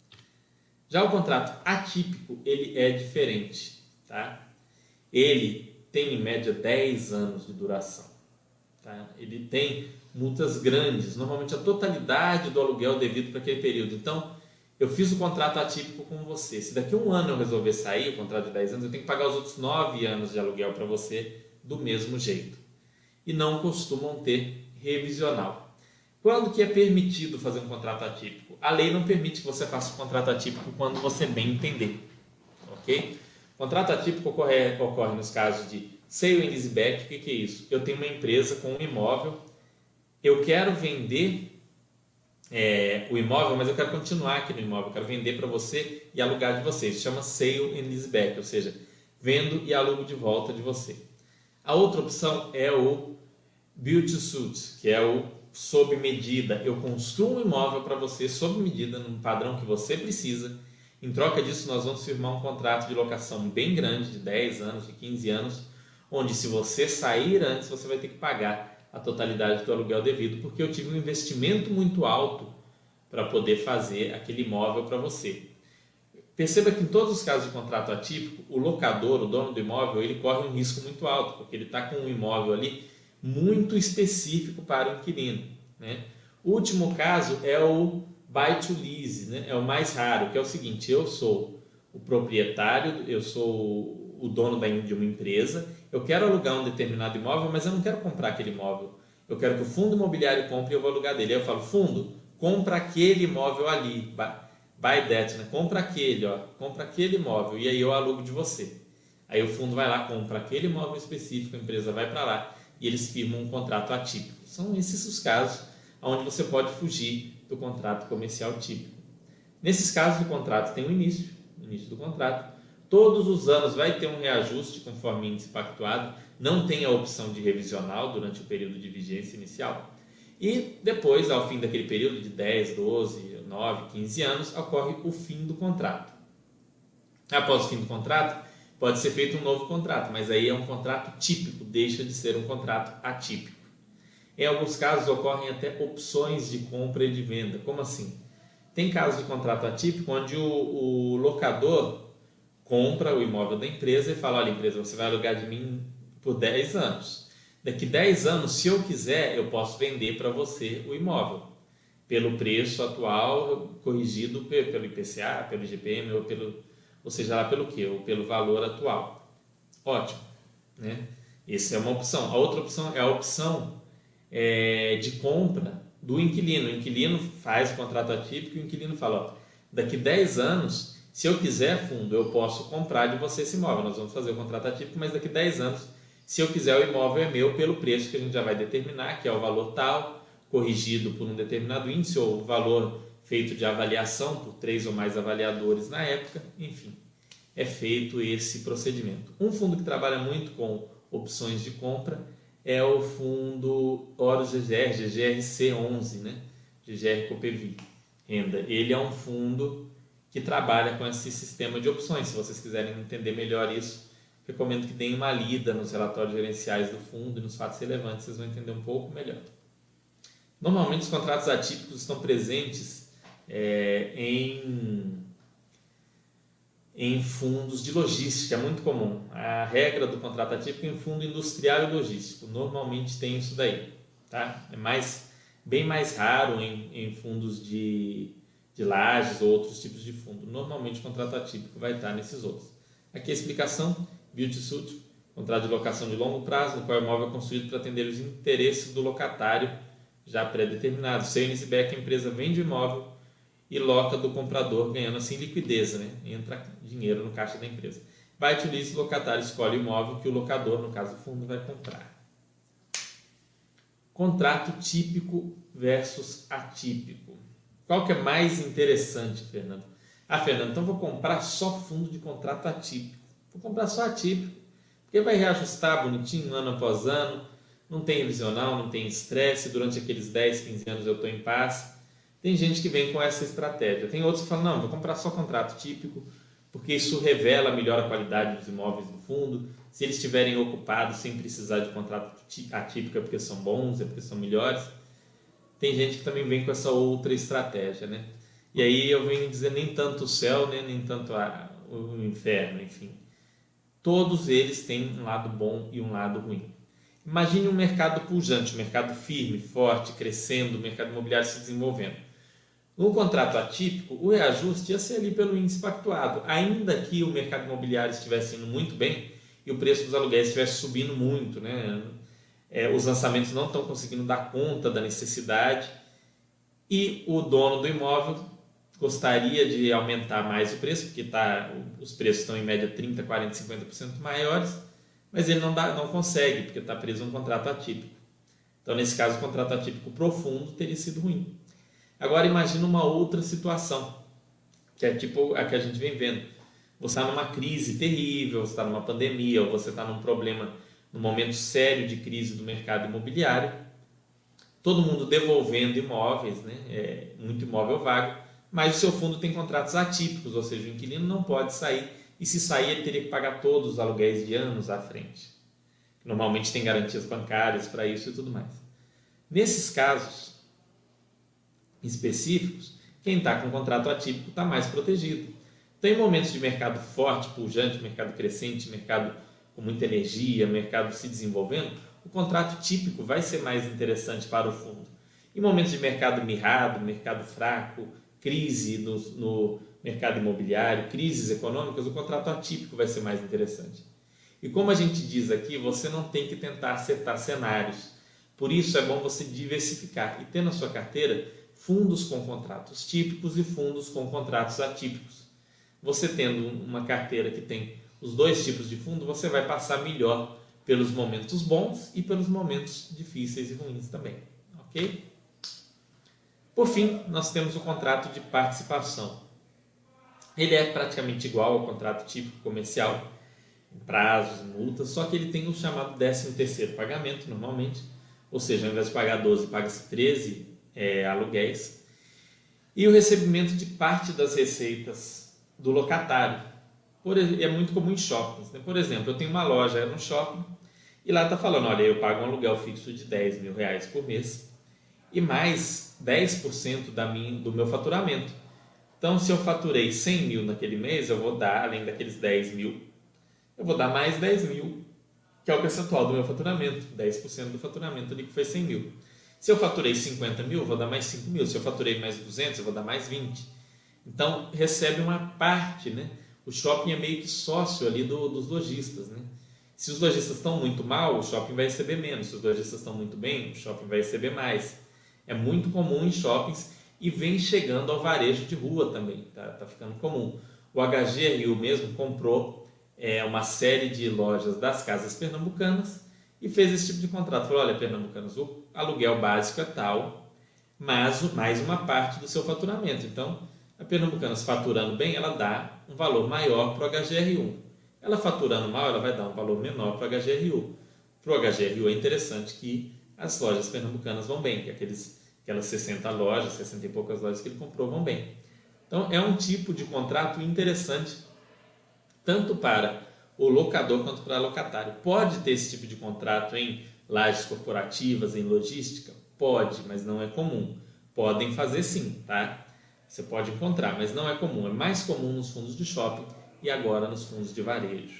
Já o contrato atípico, ele é diferente, tá? Ele tem em média dez anos de duração, tá? Ele tem multas grandes, normalmente a totalidade do aluguel devido para aquele período. Então, eu fiz o contrato atípico com você. Se daqui a um ano eu resolver sair, o contrato de dez anos, eu tenho que pagar os outros nove anos de aluguel para você do mesmo jeito. E não costumam ter revisional. Quando que é permitido fazer um contrato atípico? A lei não permite que você faça um contrato atípico quando você bem entender. Ok? Contrato atípico ocorre, ocorre nos casos de sale and leaseback. O que, que é isso? Eu tenho uma empresa com um imóvel, eu quero vender É, o imóvel, mas eu quero continuar aqui no imóvel, eu quero vender para você e alugar de você. Isso chama sale and leaseback, ou seja, vendo e alugo de volta de você. A outra opção é o build to suit, que é o sob medida. Eu construo um imóvel para você sob medida, num padrão que você precisa. Em troca disso, nós vamos firmar um contrato de locação bem grande, de dez anos, de quinze anos, onde se você sair antes, você vai ter que pagar a totalidade do aluguel devido, porque eu tive um investimento muito alto para poder fazer aquele imóvel para você. Perceba que em todos os casos de contrato atípico, o locador, o dono do imóvel, ele corre um risco muito alto, porque ele está com um imóvel ali muito específico para o inquilino, né? O último caso é o buy to lease, né? É o mais raro, que é o seguinte: eu sou o proprietário, eu sou o dono de uma empresa, eu quero alugar um determinado imóvel, mas eu não quero comprar aquele imóvel. Eu quero que o fundo imobiliário compre e eu vou alugar dele. Aí eu falo: fundo, compra aquele imóvel ali, buy that, né? Compra aquele, ó, compra aquele imóvel e aí eu alugo de você. Aí o fundo vai lá, compra aquele imóvel específico, a empresa vai para lá e eles firmam um contrato atípico. São esses os casos onde você pode fugir do contrato comercial típico. Nesses casos, o contrato tem um início, o início do contrato. Todos os anos vai ter um reajuste conforme índice pactuado, não tem a opção de revisional durante o período de vigência inicial. E depois, ao fim daquele período de dez, doze, nove, quinze anos, ocorre o fim do contrato. Após o fim do contrato, pode ser feito um novo contrato, mas aí é um contrato típico, deixa de ser um contrato atípico. Em alguns casos, ocorrem até opções de compra e de venda. Como assim? Tem casos de contrato atípico onde o, o locador compra o imóvel da empresa e fala: olha, empresa, você vai alugar de mim por dez anos. Daqui dez anos, se eu quiser, eu posso vender para você o imóvel pelo preço atual, corrigido pelo I P C A, pelo I G P M, ou, pelo, ou seja lá pelo quê? Ou pelo valor atual. Ótimo, né? Essa é uma opção. A outra opção é a opção é, de compra do inquilino. O inquilino faz o contrato atípico e o inquilino fala: ó, daqui dez anos, se eu quiser, fundo, eu posso comprar de você esse imóvel. Nós vamos fazer o contrato atípico, mas daqui dez anos, se eu quiser, o imóvel é meu pelo preço que a gente já vai determinar, que é o valor tal, corrigido por um determinado índice, ou o valor feito de avaliação por três ou mais avaliadores na época. Enfim, é feito esse procedimento. Um fundo que trabalha muito com opções de compra é o fundo Oro G G R, G G R C onze, né? G G R Coppevi Renda. Ele é um fundo que trabalha com esse sistema de opções. Se vocês quiserem entender melhor isso, recomendo que deem uma lida nos relatórios gerenciais do fundo e nos fatos relevantes, vocês vão entender um pouco melhor. Normalmente os contratos atípicos estão presentes é, em, em fundos de logística, é muito comum. A regra do contrato atípico é em fundo industrial e logístico, normalmente tem isso daí. Tá? É mais, bem mais raro em, em fundos de, de lajes ou outros tipos de fundo. Normalmente o contrato atípico vai estar nesses outros. Aqui a explicação, build-to-suit, contrato de locação de longo prazo, no qual o imóvel é construído para atender os interesses do locatário já pré-determinado. Sale and leaseback, a empresa vende o imóvel e loca do comprador, ganhando assim liquidez, né? Entra dinheiro no caixa da empresa. Buy to lease, o locatário escolhe o imóvel que o locador, no caso do fundo, vai comprar. Contrato típico versus atípico. Qual que é mais interessante, Fernando? Ah, Fernando, então vou comprar só fundo de contrato atípico. Vou comprar só atípico, porque vai reajustar bonitinho ano após ano, não tem revisional, não tem estresse, durante aqueles dez, quinze anos eu estou em paz. Tem gente que vem com essa estratégia. Tem outros que falam, não, vou comprar só contrato típico, porque isso revela melhor a qualidade dos imóveis do fundo. Se eles estiverem ocupados sem precisar de contrato atípico é porque são bons, é porque são melhores. Tem gente que também vem com essa outra estratégia, né? E aí eu venho dizer nem tanto o céu, né? Nem tanto a, o inferno, enfim. Todos eles têm um lado bom e um lado ruim. Imagine um mercado pujante, um mercado firme, forte, crescendo, o mercado imobiliário se desenvolvendo. No contrato atípico, o reajuste ia ser ali pelo índice pactuado. Ainda que o mercado imobiliário estivesse indo muito bem e o preço dos aluguéis estivesse subindo muito, né? É, os lançamentos não estão conseguindo dar conta da necessidade e o dono do imóvel gostaria de aumentar mais o preço, porque tá, os preços estão em média trinta, quarenta, cinquenta por cento maiores, mas ele não, dá, não consegue, porque está preso a um contrato atípico. Então, nesse caso, o contrato atípico profundo teria sido ruim. Agora, imagina uma outra situação, que é tipo a que a gente vem vendo. Você está numa crise terrível, você está numa pandemia, ou você está num problema, num momento sério de crise do mercado imobiliário, todo mundo devolvendo imóveis, né? É, muito imóvel vago, mas o seu fundo tem contratos atípicos, ou seja, o inquilino não pode sair, e se sair ele teria que pagar todos os aluguéis de anos à frente. Normalmente tem garantias bancárias para isso e tudo mais. Nesses casos específicos, quem está com contrato atípico está mais protegido. Então, em momentos de mercado forte, pujante, mercado crescente, mercado com muita energia, mercado se desenvolvendo, o contrato típico vai ser mais interessante para o fundo. Em momentos de mercado mirrado, mercado fraco, crise no, no mercado imobiliário, crises econômicas, o contrato atípico vai ser mais interessante. E como a gente diz aqui, você não tem que tentar acertar cenários. Por isso é bom você diversificar e ter na sua carteira fundos com contratos típicos e fundos com contratos atípicos. Você tendo uma carteira que tem os dois tipos de fundo, você vai passar melhor pelos momentos bons e pelos momentos difíceis e ruins também. Ok? Por fim, nós temos o contrato de participação. Ele é praticamente igual ao contrato típico comercial, em prazos, multas, só que ele tem o chamado décimo terceiro pagamento, normalmente, ou seja, ao invés de pagar doze, paga-se treze é, aluguéis, e o recebimento de parte das receitas do locatário. Por, é muito comum em shoppings. Né? Por exemplo, eu tenho uma loja no shopping e lá está falando, olha, eu pago um aluguel fixo de dez mil reais por mês e mais dez por cento da minha, do meu faturamento. Então, se eu faturei cem mil naquele mês, eu vou dar, além daqueles dez mil, eu vou dar mais dez mil, que é o percentual do meu faturamento, dez por cento do faturamento ali que foi cem mil. Se eu faturei cinquenta mil, eu vou dar mais cinco mil. Se eu faturei mais duzentos, eu vou dar mais vinte. Então, recebe uma parte, né? O shopping é meio que sócio ali do, dos lojistas, né? Se os lojistas estão muito mal, o shopping vai receber menos. Se os lojistas estão muito bem, o shopping vai receber mais. É muito comum em shoppings e vem chegando ao varejo de rua também, tá, tá ficando comum. O H G R U mesmo comprou é, uma série de lojas das casas pernambucanas e fez esse tipo de contrato. Falou, olha, pernambucanas, o aluguel básico é tal, mas mais uma parte do seu faturamento. Então, a Pernambucanas faturando bem, ela dá um valor maior para o H G R U. Ela faturando mal, ela vai dar um valor menor para o H G R U. Para o H G R U é interessante que as lojas pernambucanas vão bem, que aqueles, aquelas sessenta lojas, sessenta e poucas lojas que ele comprou vão bem. Então, é um tipo de contrato interessante, tanto para o locador quanto para o locatário. Pode ter esse tipo de contrato em lajes corporativas, em logística? Pode, mas não é comum. Podem fazer sim, tá? Você pode encontrar, mas não é comum. É mais comum nos fundos de shopping e agora nos fundos de varejo.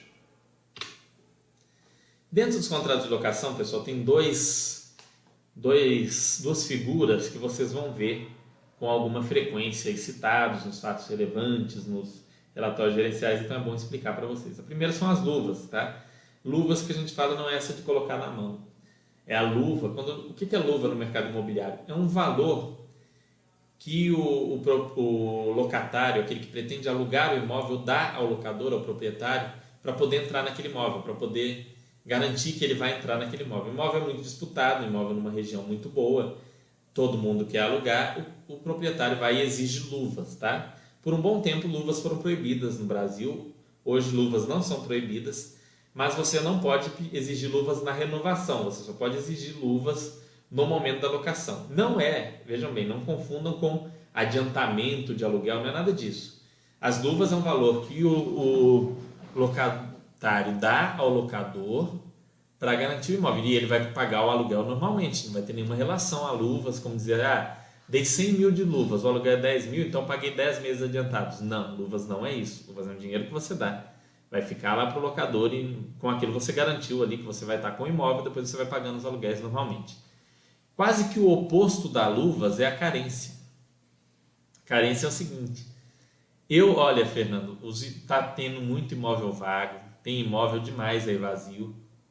Dentro dos contratos de locação, pessoal, tem dois, dois, duas figuras que vocês vão ver com alguma frequência aí citados nos fatos relevantes, nos relatórios gerenciais, então é bom explicar para vocês. A primeira são as luvas, tá? Luvas que a gente fala não é essa de colocar na mão. É a luva. Quando, o que é luva no mercado imobiliário? É um valor que o, o, o locatário, aquele que pretende alugar o imóvel, dá ao locador, ao proprietário, para poder entrar naquele imóvel, para poder garantir que ele vai entrar naquele imóvel. O imóvel é muito disputado, o imóvel numa região muito boa, todo mundo quer alugar, o, o proprietário vai e exige luvas, tá? Por um bom tempo, luvas foram proibidas no Brasil. Hoje, luvas não são proibidas, mas você não pode exigir luvas na renovação, você só pode exigir luvas no momento da locação. Não é, vejam bem, não confundam com adiantamento de aluguel, não é nada disso. As luvas é um valor que o, o locatário dá ao locador para garantir o imóvel. E ele vai pagar o aluguel normalmente, não vai ter nenhuma relação a luvas, como dizer, ah, dei cem mil de luvas, o aluguel é dez mil, então paguei dez meses adiantados. Não, luvas não é isso. Luvas é um dinheiro que você dá. Vai ficar lá para o locador e com aquilo você garantiu ali que você vai estar com o imóvel, depois você vai pagando os aluguéis normalmente. Quase que o oposto da luvas é a carência. Carência é o seguinte, eu, olha, Fernando, está tendo muito imóvel vago, tem imóvel demais aí vazio.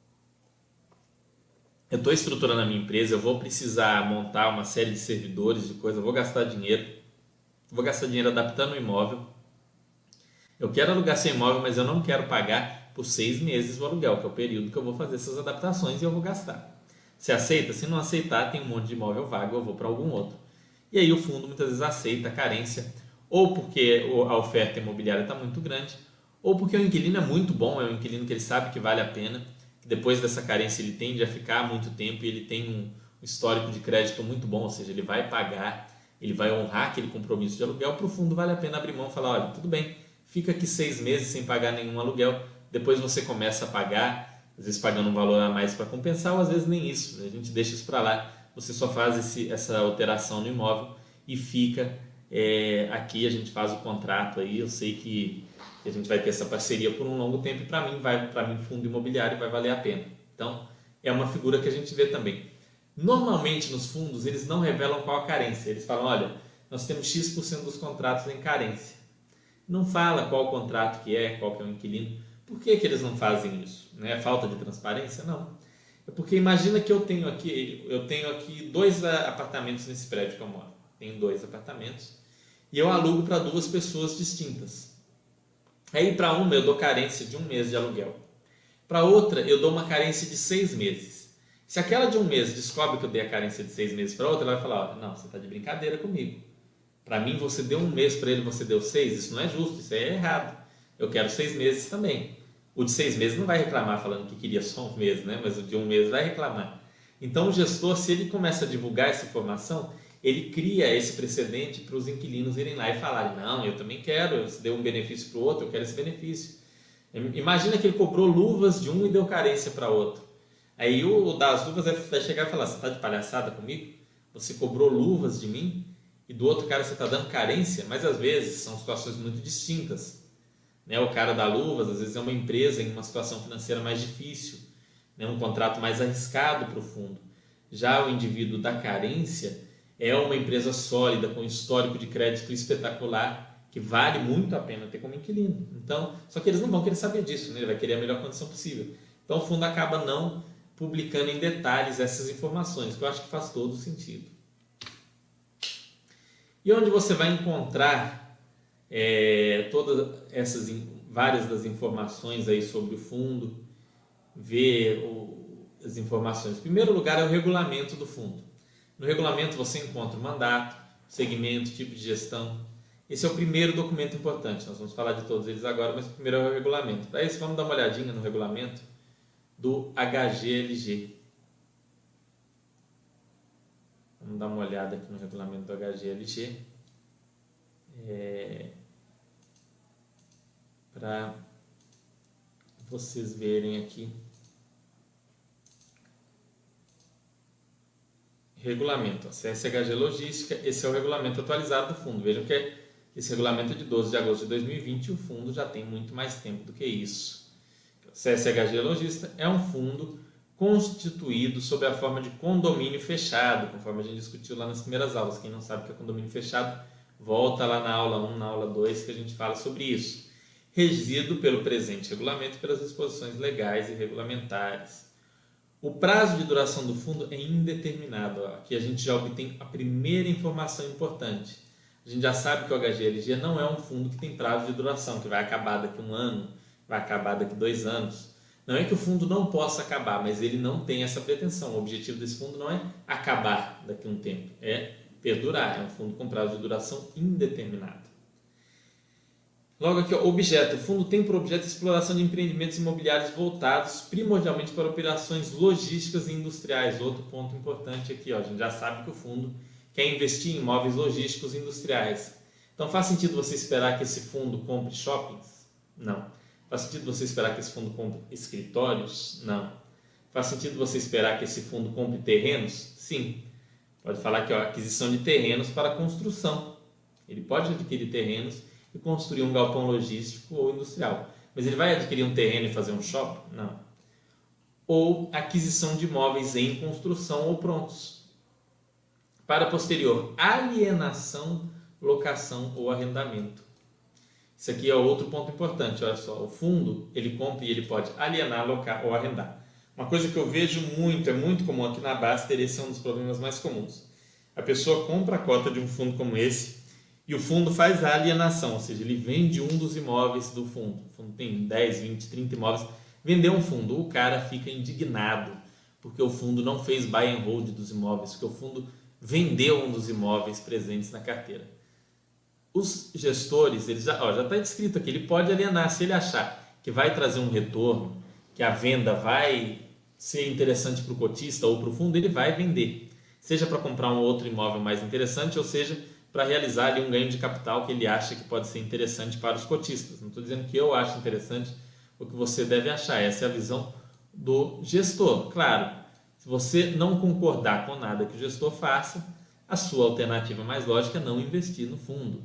Eu estou estruturando a minha empresa, eu vou precisar montar uma série de servidores, de coisas, eu vou gastar dinheiro, vou gastar dinheiro adaptando o imóvel. Eu quero alugar seu imóvel, mas eu não quero pagar por seis meses o aluguel, que é o período que eu vou fazer essas adaptações e eu vou gastar. Você aceita? Se não aceitar, tem um monte de imóvel vago, eu vou para algum outro. E aí o fundo muitas vezes aceita a carência, ou porque a oferta imobiliária está muito grande, ou porque o inquilino é muito bom, é um inquilino que ele sabe que vale a pena, que depois dessa carência ele tende a ficar muito tempo e ele tem um histórico de crédito muito bom, ou seja, ele vai pagar, ele vai honrar aquele compromisso de aluguel. Para o fundo vale a pena abrir mão e falar, olha, tudo bem, fica aqui seis meses sem pagar nenhum aluguel, depois você começa a pagar, às vezes pagando um valor a mais para compensar, ou às vezes nem isso, a gente deixa isso para lá, você só faz esse, essa alteração no imóvel e fica é, aqui, a gente faz o contrato aí, eu sei que a gente vai ter essa parceria por um longo tempo e para mim, vai, para mim, fundo imobiliário vai valer a pena. Então, é uma figura que a gente vê também. Normalmente nos fundos eles não revelam qual a carência, eles falam, olha, nós temos X por cento dos contratos em carência. Não fala qual contrato que é, qual que é o inquilino. Por que, que eles não fazem isso? Não é falta de transparência? Não. É porque imagina que eu tenho aqui, eu tenho aqui dois apartamentos nesse prédio que eu moro. Tenho dois apartamentos e eu alugo para duas pessoas distintas. Aí para uma eu dou carência de um mês de aluguel. Para outra eu dou uma carência de seis meses. Se aquela de um mês descobre que eu dei a carência de seis meses para outra, ela vai falar, não, você está de brincadeira comigo. Para mim você deu um mês, para ele você deu seis, isso não é justo, isso é errado. Eu quero seis meses também. O de seis meses não vai reclamar falando que queria só um mês, né? Mas o de um mês vai reclamar. Então o gestor, se ele começa a divulgar essa informação, ele cria esse precedente para os inquilinos irem lá e falarem, não, eu também quero, se deu um benefício para o outro, eu quero esse benefício. Imagina que ele cobrou luvas de um e deu carência para outro. Aí o das luvas vai chegar e falar, você está de palhaçada comigo? Você cobrou luvas de mim? E do outro cara você está dando carência? Mas às vezes são situações muito distintas. Né? O cara da luvas às vezes é uma empresa em uma situação financeira mais difícil, né? Um contrato mais arriscado para o fundo. Já o indivíduo da carência é uma empresa sólida, com histórico de crédito espetacular, que vale muito a pena ter como inquilino. Então, só que eles não vão querer saber disso, né? Ele vai querer a melhor condição possível. Então o fundo acaba não publicando em detalhes essas informações, que eu acho que faz todo sentido. E onde você vai encontrar é, todas essas várias das informações aí sobre o fundo, ver o, as informações. Em primeiro lugar é o regulamento do fundo. No regulamento você encontra o mandato, segmento, tipo de gestão. Esse é o primeiro documento importante. Nós vamos falar de todos eles agora, mas o primeiro é o regulamento. Para isso, vamos dar uma olhadinha no regulamento do H G L G. Vamos dar uma olhada aqui no regulamento do H G L G. É, para vocês verem aqui. regulamento, C S H G Logística, esse é o regulamento atualizado do fundo. Vejam que esse regulamento é de doze de agosto de dois mil e vinte e o fundo já tem muito mais tempo do que isso. O C S H G Logística é um fundo constituído sob a forma de condomínio fechado, conforme a gente discutiu lá nas primeiras aulas. Quem não sabe o que é condomínio fechado, volta lá na aula um, na aula dois, que a gente fala sobre isso. Regido pelo presente regulamento e pelas disposições legais e regulamentares. O prazo de duração do fundo é indeterminado. Aqui a gente já obtém a primeira informação importante. A gente já sabe que o H G L G não é um fundo que tem prazo de duração, que vai acabar daqui a um ano, vai acabar daqui a dois anos. Não é que o fundo não possa acabar, mas ele não tem essa pretensão. O objetivo desse fundo não é acabar daqui a um tempo, é perdurar. É um fundo com prazo de duração indeterminado. Logo aqui, ó, objeto. O fundo tem por objeto a exploração de empreendimentos imobiliários voltados primordialmente para operações logísticas e industriais. Outro ponto importante aqui, ó, a gente já sabe que o fundo quer investir em imóveis logísticos e industriais. Então faz sentido você esperar que esse fundo compre shoppings? Não. Faz sentido você esperar que esse fundo compre escritórios? Não. Faz sentido você esperar que esse fundo compre terrenos? Sim. Pode falar que é a aquisição de terrenos para construção. Ele pode adquirir terrenos e construir um galpão logístico ou industrial. Mas ele vai adquirir um terreno e fazer um shopping? Não. Ou aquisição de imóveis em construção ou prontos. Para posterior, alienação, locação ou arrendamento. Isso aqui é outro ponto importante. Olha só, o fundo, ele compra e ele pode alienar, alocar ou arrendar. Uma coisa que eu vejo muito, é muito comum aqui na Baster, esse é um dos problemas mais comuns. A pessoa compra a cota de um fundo como esse e o fundo faz a alienação, ou seja, ele vende um dos imóveis do fundo. O fundo tem dez, vinte, trinta imóveis. Vendeu um fundo, o cara fica indignado porque o fundo não fez buy and hold dos imóveis, porque o fundo vendeu um dos imóveis presentes na carteira. Os gestores, eles já está descrito aqui, ele pode alienar se ele achar que vai trazer um retorno, que a venda vai ser interessante para o cotista ou para o fundo, ele vai vender. Seja para comprar um outro imóvel mais interessante, ou seja, para realizar ali um ganho de capital que ele acha que pode ser interessante para os cotistas. Não estou dizendo que eu acho interessante o que você deve achar, essa é a visão do gestor. Claro, se você não concordar com nada que o gestor faça, a sua alternativa mais lógica é não investir no fundo.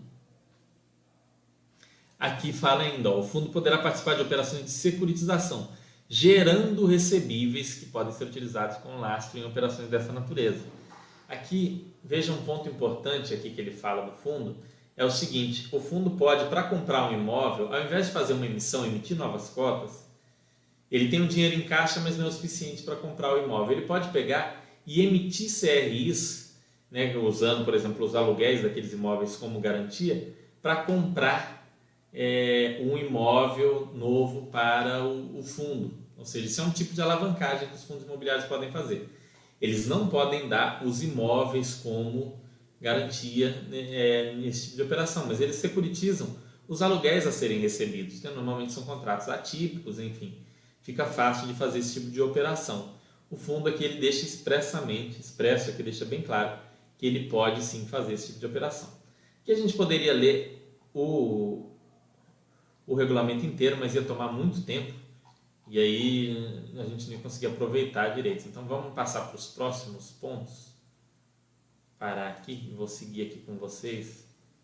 Aqui fala ainda, ó, o fundo poderá participar de operações de securitização, gerando recebíveis que podem ser utilizados com lastro em operações dessa natureza. Aqui, veja um ponto importante aqui que ele fala do fundo, é o seguinte, o fundo pode, para comprar um imóvel, ao invés de fazer uma emissão, emitir novas cotas, ele tem o dinheiro em caixa, mas não é o suficiente para comprar o imóvel. Ele pode pegar e emitir C R Is, né, usando, por exemplo, os aluguéis daqueles imóveis como garantia, para comprar É, um imóvel novo para o, o fundo. Ou seja, isso é um tipo de alavancagem que os fundos imobiliários podem fazer. Eles não podem dar os imóveis como garantia, né, é, nesse tipo de operação, mas eles securitizam os aluguéis a serem recebidos, né? Normalmente são contratos atípicos, enfim. Fica fácil de fazer esse tipo de operação. O fundo aqui ele deixa expressamente, expresso aqui deixa bem claro que ele pode sim fazer esse tipo de operação. Aqui a gente poderia ler o o regulamento inteiro, mas ia tomar muito tempo e aí a gente não ia conseguir aproveitar direito. Então vamos passar para os próximos pontos. Parar aqui e vou seguir aqui com vocês.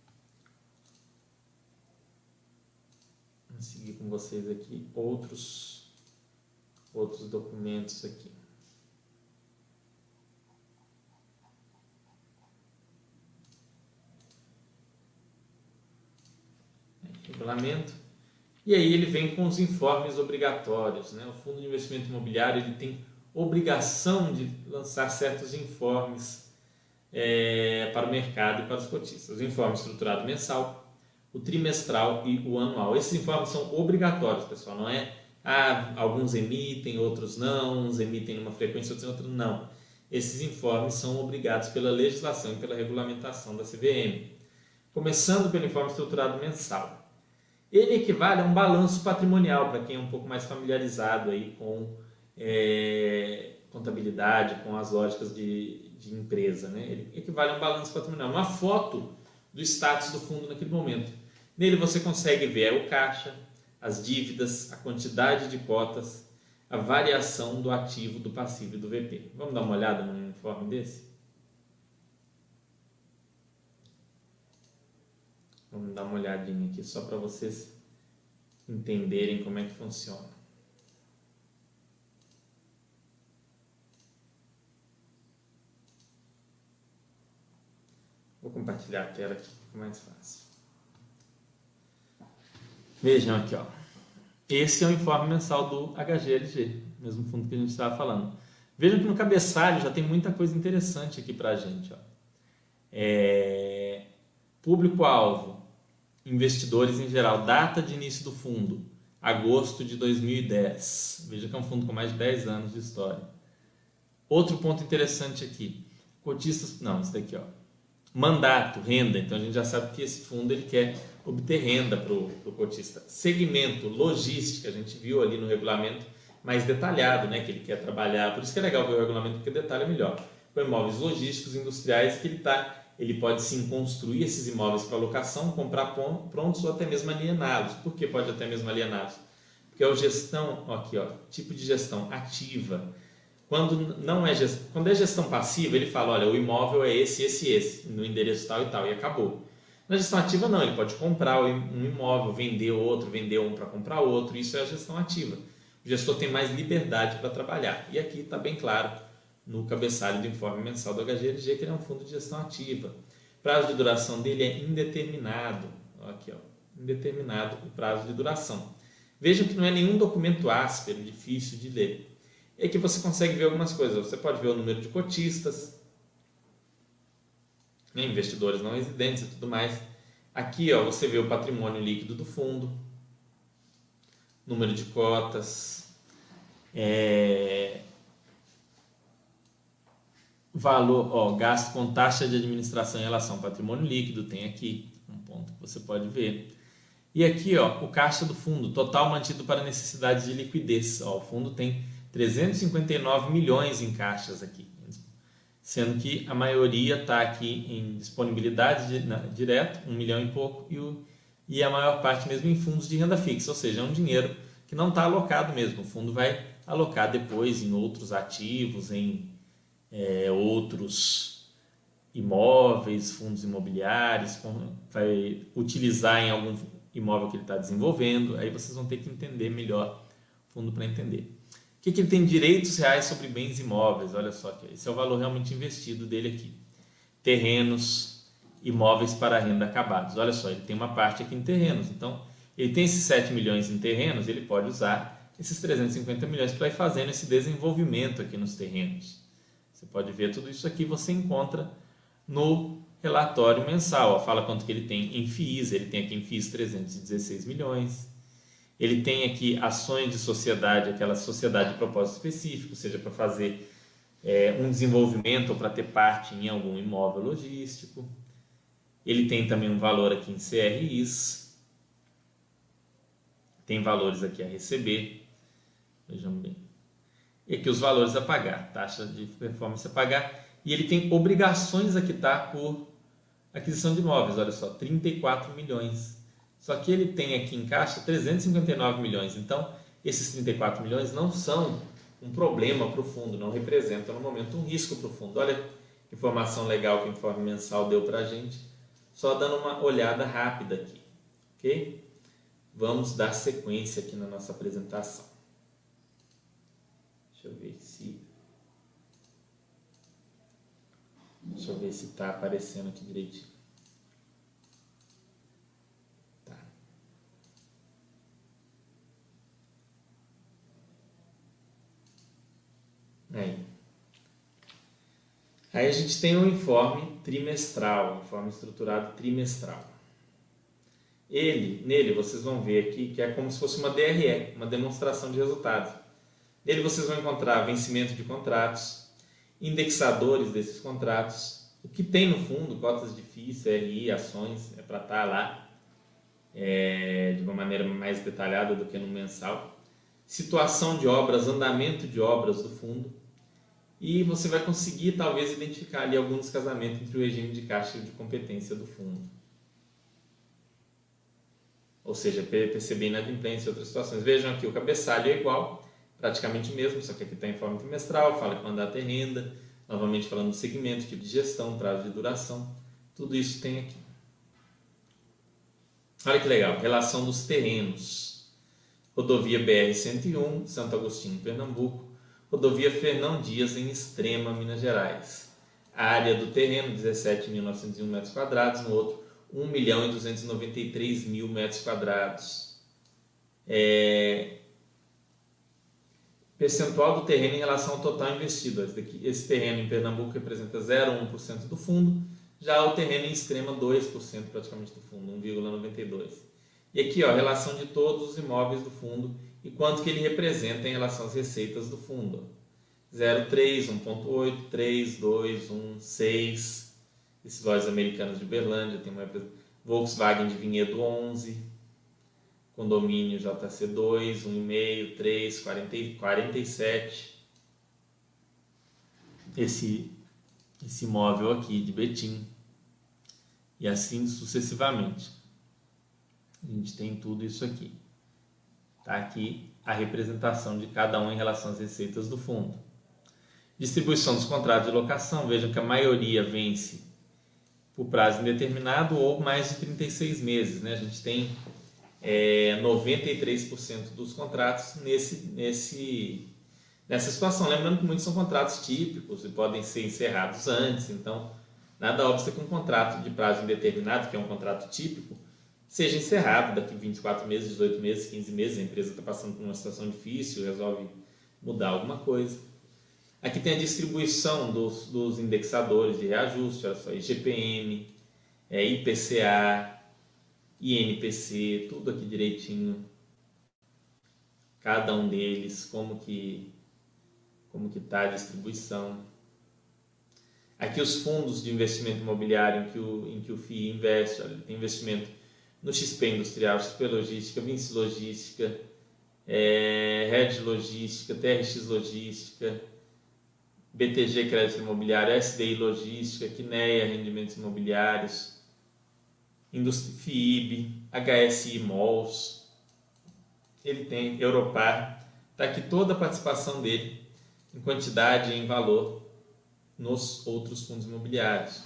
Vou seguir com vocês aqui outros, outros documentos aqui. Regulamento. E aí ele vem com os informes obrigatórios, né? O Fundo de Investimento Imobiliário ele tem obrigação de lançar certos informes é, para o mercado e para os cotistas. O informe estruturado mensal, o trimestral e o anual. Esses informes são obrigatórios, pessoal. Não é, ah, alguns emitem, outros não, uns emitem numa frequência, outros em outra. Não. Esses informes são obrigados pela legislação e pela regulamentação da C V M. Começando pelo informe estruturado mensal. Ele equivale a um balanço patrimonial, para quem é um pouco mais familiarizado aí com é, contabilidade, com as lógicas de, de empresa, né? Ele equivale a um balanço patrimonial, uma foto do status do fundo naquele momento. Nele você consegue ver o caixa, as dívidas, a quantidade de cotas, a variação do ativo, do passivo e do V P. Vamos dar uma olhada num informe desse? Vamos dar uma olhadinha aqui só para vocês entenderem como é que funciona. Vou compartilhar a tela aqui, fica mais fácil. Vejam aqui, ó. Esse é o informe mensal do H G L G, mesmo fundo que a gente estava falando. Vejam que no cabeçalho já tem muita coisa interessante aqui para a gente, ó. É... Público-alvo, investidores em geral, data de início do fundo, agosto de dois mil e dez. Veja que é um fundo com mais de dez anos de história. Outro ponto interessante aqui, cotistas, não, isso daqui, ó. Mandato, renda, então a gente já sabe que esse fundo ele quer obter renda para o cotista. Segmento, logística, a gente viu ali no regulamento mais detalhado, né, que ele quer trabalhar, por isso que é legal ver o regulamento, porque detalha melhor. Com imóveis logísticos, industriais, que ele, tá, ele pode sim construir esses imóveis para locação, comprar prontos ou até mesmo aliená-los. Por que pode até mesmo aliená-los? Porque é a gestão, ó, aqui, ó, tipo de gestão ativa. Quando, não é gestão, quando é gestão passiva, ele fala, olha, o imóvel é esse, esse, esse, no endereço tal e tal, e acabou. Na gestão ativa não, ele pode comprar um imóvel, vender outro, vender um para comprar outro, isso é a gestão ativa. O gestor tem mais liberdade para trabalhar. E aqui está bem claro no cabeçalho do informe mensal do H G L G que ele é um fundo de gestão ativa. O prazo de duração dele é indeterminado. Aqui, ó, indeterminado o prazo de duração. Vejam que não é nenhum documento áspero, difícil de ler. E aqui você consegue ver algumas coisas. Você pode ver o número de cotistas, né, investidores não residentes e tudo mais. Aqui, ó, você vê o patrimônio líquido do fundo, número de cotas, é... valor, ó, gasto com taxa de administração em relação ao patrimônio líquido, tem aqui um ponto que você pode ver. E aqui, ó, o caixa do fundo, total mantido para necessidades de liquidez. Ó, o fundo tem trezentos e cinquenta e nove milhões em caixas aqui, sendo que a maioria está aqui em disponibilidade de, na, direto, um milhão e pouco, e, o, e a maior parte mesmo em fundos de renda fixa, ou seja, é um dinheiro que não está alocado mesmo. O fundo vai alocar depois em outros ativos, em é, outros imóveis, fundos imobiliários, vai utilizar em algum imóvel que ele está desenvolvendo. Aí vocês vão ter que entender melhor o fundo para entender. O que, que ele tem? Direitos reais sobre bens imóveis. Olha só, que esse é o valor realmente investido dele aqui. Terrenos, imóveis para renda acabados. Olha só, ele tem uma parte aqui em terrenos. Então, ele tem esses sete milhões em terrenos, ele pode usar esses trezentos e cinquenta milhões para ir fazendo esse desenvolvimento aqui nos terrenos. Você pode ver tudo isso aqui, você encontra no relatório mensal. Ó, fala quanto que ele tem em F I Is, ele tem aqui em F I Is trezentos e dezesseis milhões. Ele tem aqui ações de sociedade, aquela sociedade de propósito específico, seja para fazer é, um desenvolvimento ou para ter parte em algum imóvel logístico. Ele tem também um valor aqui em C R Is. Tem valores aqui a receber. Vejam bem. E aqui os valores a pagar, taxa de performance a pagar. E ele tem obrigações a quitar por aquisição de imóveis, olha só, trinta e quatro milhões. Só que ele tem aqui em caixa trezentos e cinquenta e nove milhões. Então, esses trinta e quatro milhões não são um problema para o fundo, não representam no momento um risco para o fundo. Olha que informação legal que o informe mensal deu para a gente, só dando uma olhada rápida aqui, ok? Vamos dar sequência aqui na nossa apresentação. Deixa eu ver se... Deixa eu ver se está aparecendo aqui direitinho. Tá. Aí. Aí a gente tem um informe trimestral, um informe estruturado trimestral. Ele, nele vocês vão ver aqui que é como se fosse uma D R E, uma demonstração de resultados. Nele vocês vão encontrar vencimento de contratos, indexadores desses contratos, o que tem no fundo, cotas de F I I, C R I, ações, é para estar lá é, de uma maneira mais detalhada do que no mensal, situação de obras, andamento de obras do fundo, e você vai conseguir talvez identificar ali algum descasamento entre o regime de caixa e de competência do fundo. Ou seja, P C B inadimplência e outras situações. Vejam aqui, o cabeçalho é igual, praticamente o mesmo, só que aqui está em forma trimestral, fala que o mandato é renda, novamente falando do segmento, tipo de gestão, prazo de duração, tudo isso tem aqui. Olha que legal, relação dos terrenos. Rodovia B R cento e um, Santo Agostinho, Pernambuco. Rodovia Fernão Dias, em Extrema, Minas Gerais. A área do terreno, dezessete mil novecentos e um metros quadrados, no outro, um milhão e duzentos e noventa e três mil metros quadrados. É... Percentual do terreno em relação ao total investido. Esse, daqui, esse terreno em Pernambuco representa zero vírgula um por cento do fundo, já o terreno em Extrema, dois por cento praticamente do fundo, um vírgula noventa e dois por cento. E aqui, ó, a relação de todos os imóveis do fundo e quanto que ele representa em relação às receitas do fundo. zero vírgula três, um vírgula oito, três, dois, um, seis. Esses lojas americanos de Uberlândia, tem uma Volkswagen de Vinhedo onze, condomínio J C dois, um vírgula cinco, três, quarenta e sete. Esse, esse imóvel aqui de Betim. E assim sucessivamente. A gente tem tudo isso aqui. Está aqui a representação de cada um em relação às receitas do fundo. Distribuição dos contratos de locação. Vejam que a maioria vence por prazo indeterminado ou mais de trinta e seis meses. Né? A gente tem é, noventa e três por cento dos contratos nesse, nesse, nessa situação. Lembrando que muitos são contratos típicos e podem ser encerrados antes. Então, nada obsta que um contrato de prazo indeterminado, que é um contrato típico, seja encerrado daqui vinte e quatro meses, dezoito meses, quinze meses. A empresa está passando por uma situação difícil, resolve mudar alguma coisa. Aqui tem a distribuição dos, dos indexadores de reajuste, olha só, I G P M, é, I P C A, I N P C, tudo aqui direitinho. Cada um deles, como que como que está a distribuição. Aqui os fundos de investimento imobiliário em que o, em que o F I I investe, olha, tem investimento no X P Industrial, X P Logística, Vinci Logística, é, Red Logística, T R X Logística, B T G Crédito Imobiliário, S D I Logística, Quineia Rendimentos Imobiliários, Industri, F I I B, H S I Malls, ele tem Europar, está aqui toda a participação dele em quantidade e em valor nos outros fundos imobiliários.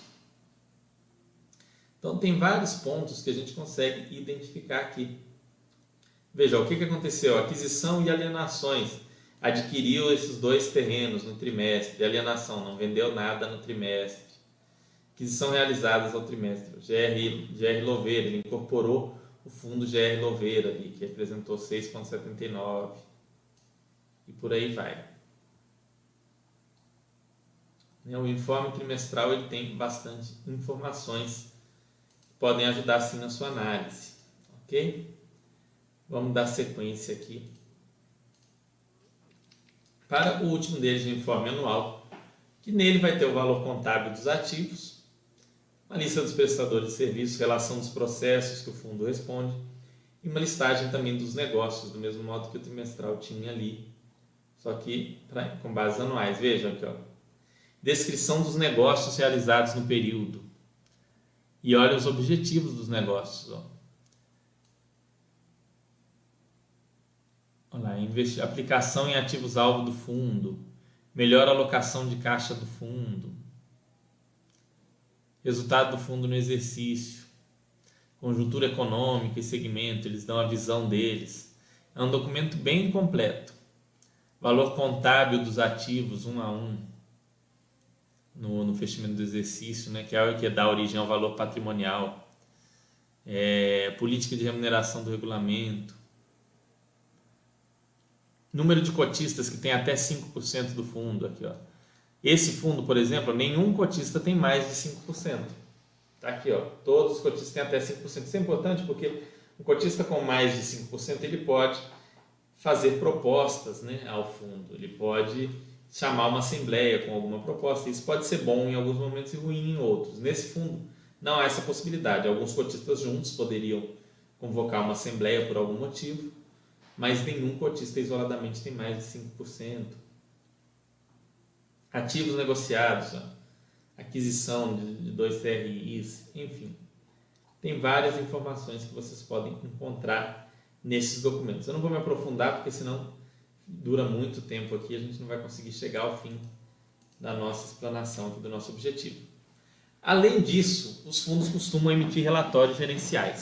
Então tem vários pontos que a gente consegue identificar aqui. Veja, o que, que aconteceu? Aquisição e alienações. Adquiriu esses dois terrenos no trimestre. Alienação, não vendeu nada no trimestre. Aquisição realizadas ao trimestre. G R, G R Louveira, ele incorporou o fundo G R Louveira ali, que representou seis vírgula setenta e nove. E por aí vai. O informe trimestral ele tem bastante informações que podem ajudar sim na sua análise. Ok? Vamos dar sequência aqui para o último deles, o informe anual, que nele vai ter o valor contábil dos ativos, uma lista dos prestadores de serviços, relação dos processos que o fundo responde e uma listagem também dos negócios, do mesmo modo que o trimestral tinha ali, só que pra, com bases anuais. Vejam aqui, ó. Descrição dos negócios realizados no período. E olha os objetivos dos negócios. Ó. Olha lá, aplicação em ativos-alvo do fundo. Melhor alocação de caixa do fundo. Resultado do fundo no exercício. Conjuntura econômica e segmento. Eles dão a visão deles. É um documento bem completo. Valor contábil dos ativos, um a um. No, no fechamento do exercício, né, que é o que dá origem ao valor patrimonial, é, política de remuneração do regulamento, número de cotistas que tem até cinco por cento do fundo. Aqui, ó. Esse fundo, por exemplo, nenhum cotista tem mais de cinco por cento. Tá aqui, ó, todos os cotistas têm até cinco por cento. Isso é importante porque um cotista com mais de cinco por cento ele pode fazer propostas, né, ao fundo, ele pode chamar uma assembleia com alguma proposta. Isso pode ser bom em alguns momentos e ruim em outros. Nesse fundo não há essa possibilidade. Alguns cotistas juntos poderiam convocar uma assembleia por algum motivo, mas nenhum cotista isoladamente tem mais de cinco por cento. Ativos negociados, ó. Aquisição de dois T R Is, enfim. Tem várias informações que vocês podem encontrar nesses documentos. Eu não vou me aprofundar porque senão dura muito tempo aqui, a gente não vai conseguir chegar ao fim da nossa explanação aqui, do nosso objetivo. Além disso, os fundos costumam emitir relatórios gerenciais.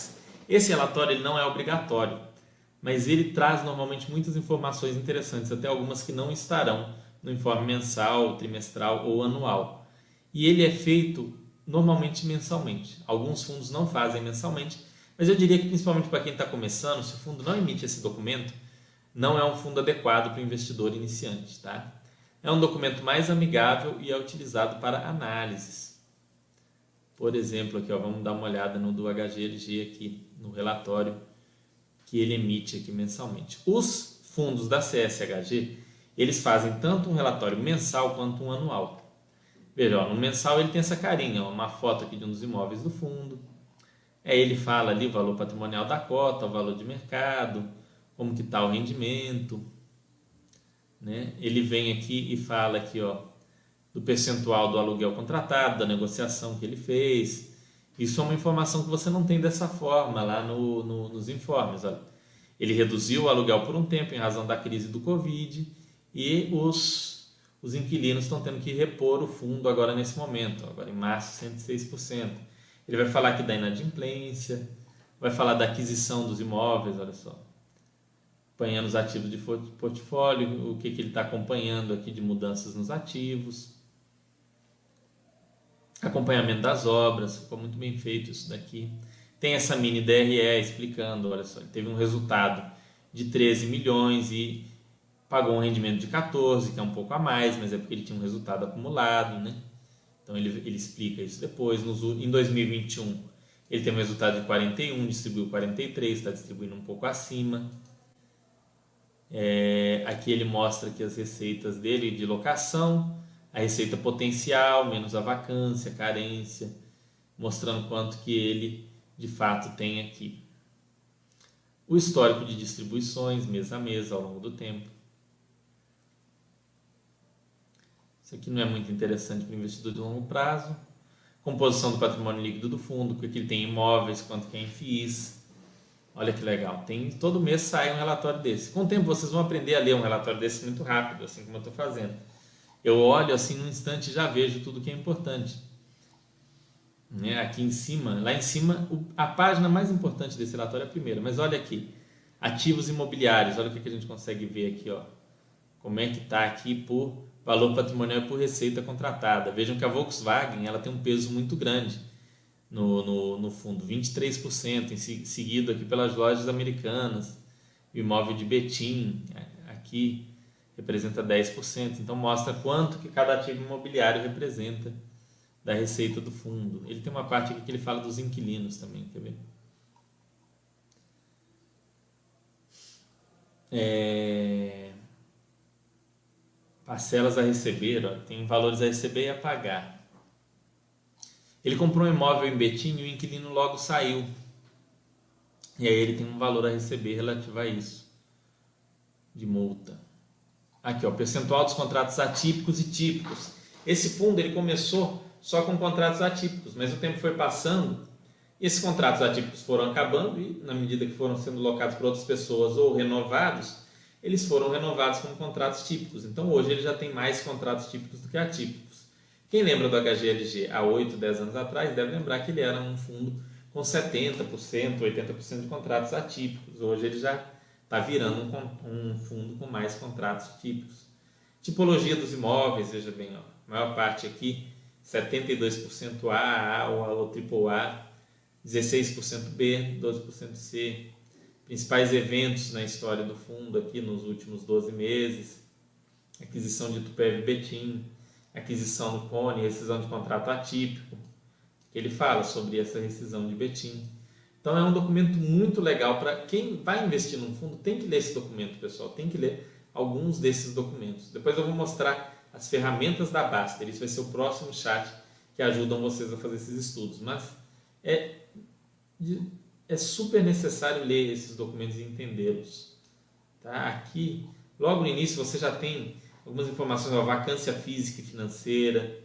Esse relatório ele não é obrigatório, mas ele traz normalmente muitas informações interessantes, até algumas que não estarão no informe mensal, trimestral ou anual. E ele é feito normalmente mensalmente. Alguns fundos não fazem mensalmente, mas eu diria que principalmente para quem está começando, se o fundo não emite esse documento, não é um fundo adequado para o investidor iniciante, tá? É um documento mais amigável e é utilizado para análises. Por exemplo, aqui, ó, vamos dar uma olhada no do H G L G aqui, no relatório que ele emite aqui mensalmente. Os fundos da C S H G, eles fazem tanto um relatório mensal quanto um anual. Veja, ó, no mensal ele tem essa carinha, ó, uma foto aqui de um dos imóveis do fundo. Aí ele fala ali o valor patrimonial da cota, o valor de mercado, como que está o rendimento, né? Ele vem aqui e fala aqui, ó, do percentual do aluguel contratado, da negociação que ele fez. Isso é uma informação que você não tem dessa forma lá no, no, nos informes. Olha. Ele reduziu o aluguel por um tempo em razão da crise do Covid e os, os inquilinos estão tendo que repor o fundo agora nesse momento, agora em março, cento e seis por cento. Ele vai falar aqui da inadimplência, vai falar da aquisição dos imóveis, olha só, acompanhando os ativos de portfólio, o que, que ele está acompanhando aqui de mudanças nos ativos, acompanhamento das obras, ficou muito bem feito isso daqui. Tem essa mini D R E explicando, olha só, ele teve um resultado de treze milhões e pagou um rendimento de quatorze, que é um pouco a mais, mas é porque ele tinha um resultado acumulado, né? Então ele, ele explica isso depois. Nos, em dois mil e vinte e um ele tem um resultado de quarenta e um, distribuiu quarenta e três, está distribuindo um pouco acima. É, aqui ele mostra aqui as receitas dele de locação, a receita potencial, menos a vacância, carência, mostrando quanto que ele de fato tem aqui. O histórico de distribuições, mês a mês, ao longo do tempo. Isso aqui não é muito interessante para o investidor de longo prazo. Composição do patrimônio líquido do fundo, o que ele tem em imóveis, quanto que é em F I Is. Olha que legal, tem, todo mês sai um relatório desse. Com o tempo vocês vão aprender a ler um relatório desse muito rápido, assim como eu estou fazendo. Eu olho assim num instante e já vejo tudo que é importante. Né? Aqui em cima, lá em cima, a página mais importante desse relatório é a primeira, mas olha aqui, ativos imobiliários, olha o que a gente consegue ver aqui, ó. Como é que está aqui por valor patrimonial e por receita contratada. Vejam que a Volkswagen ela tem um peso muito grande no, no, no fundo, vinte e três por cento, em, seguido aqui pelas lojas americanas, o imóvel de Betim, aqui representa dez por cento, então mostra quanto que cada ativo imobiliário representa da receita do fundo. Ele tem uma parte aqui que ele fala dos inquilinos também, quer ver? É... Parcelas a receber, ó, tem valores a receber e a pagar. Ele comprou um imóvel em Betim e o inquilino logo saiu. E aí ele tem um valor a receber relativo a isso, de multa. Aqui, ó, percentual dos contratos atípicos e típicos. Esse fundo ele começou só com contratos atípicos, mas o tempo foi passando e esses contratos atípicos foram acabando e, na medida que foram sendo locados por outras pessoas ou renovados, eles foram renovados como contratos típicos. Então, hoje ele já tem mais contratos típicos do que atípicos. Quem lembra do H G L G há oito, dez anos atrás deve lembrar que ele era um fundo com setenta por cento, oitenta por cento de contratos atípicos. Hoje ele já está virando um, um fundo com mais contratos típicos. Tipologia dos imóveis, veja bem, ó, a maior parte aqui, setenta e dois por cento A, A ou triplo A, dezesseis por cento B, doze por cento C. Principais eventos na história do fundo aqui nos últimos doze meses, aquisição de Tupév Betim, aquisição do Cone, rescisão de contrato atípico, que ele fala sobre essa rescisão de Betim. Então é um documento muito legal para quem vai investir num fundo, tem que ler esse documento, pessoal, tem que ler alguns desses documentos. Depois eu vou mostrar as ferramentas da Baster, isso vai ser o próximo chat que ajudam vocês a fazer esses estudos, mas é... é super necessário ler esses documentos e entendê-los. Tá? Aqui, logo no início, você já tem algumas informações da vacância física e financeira,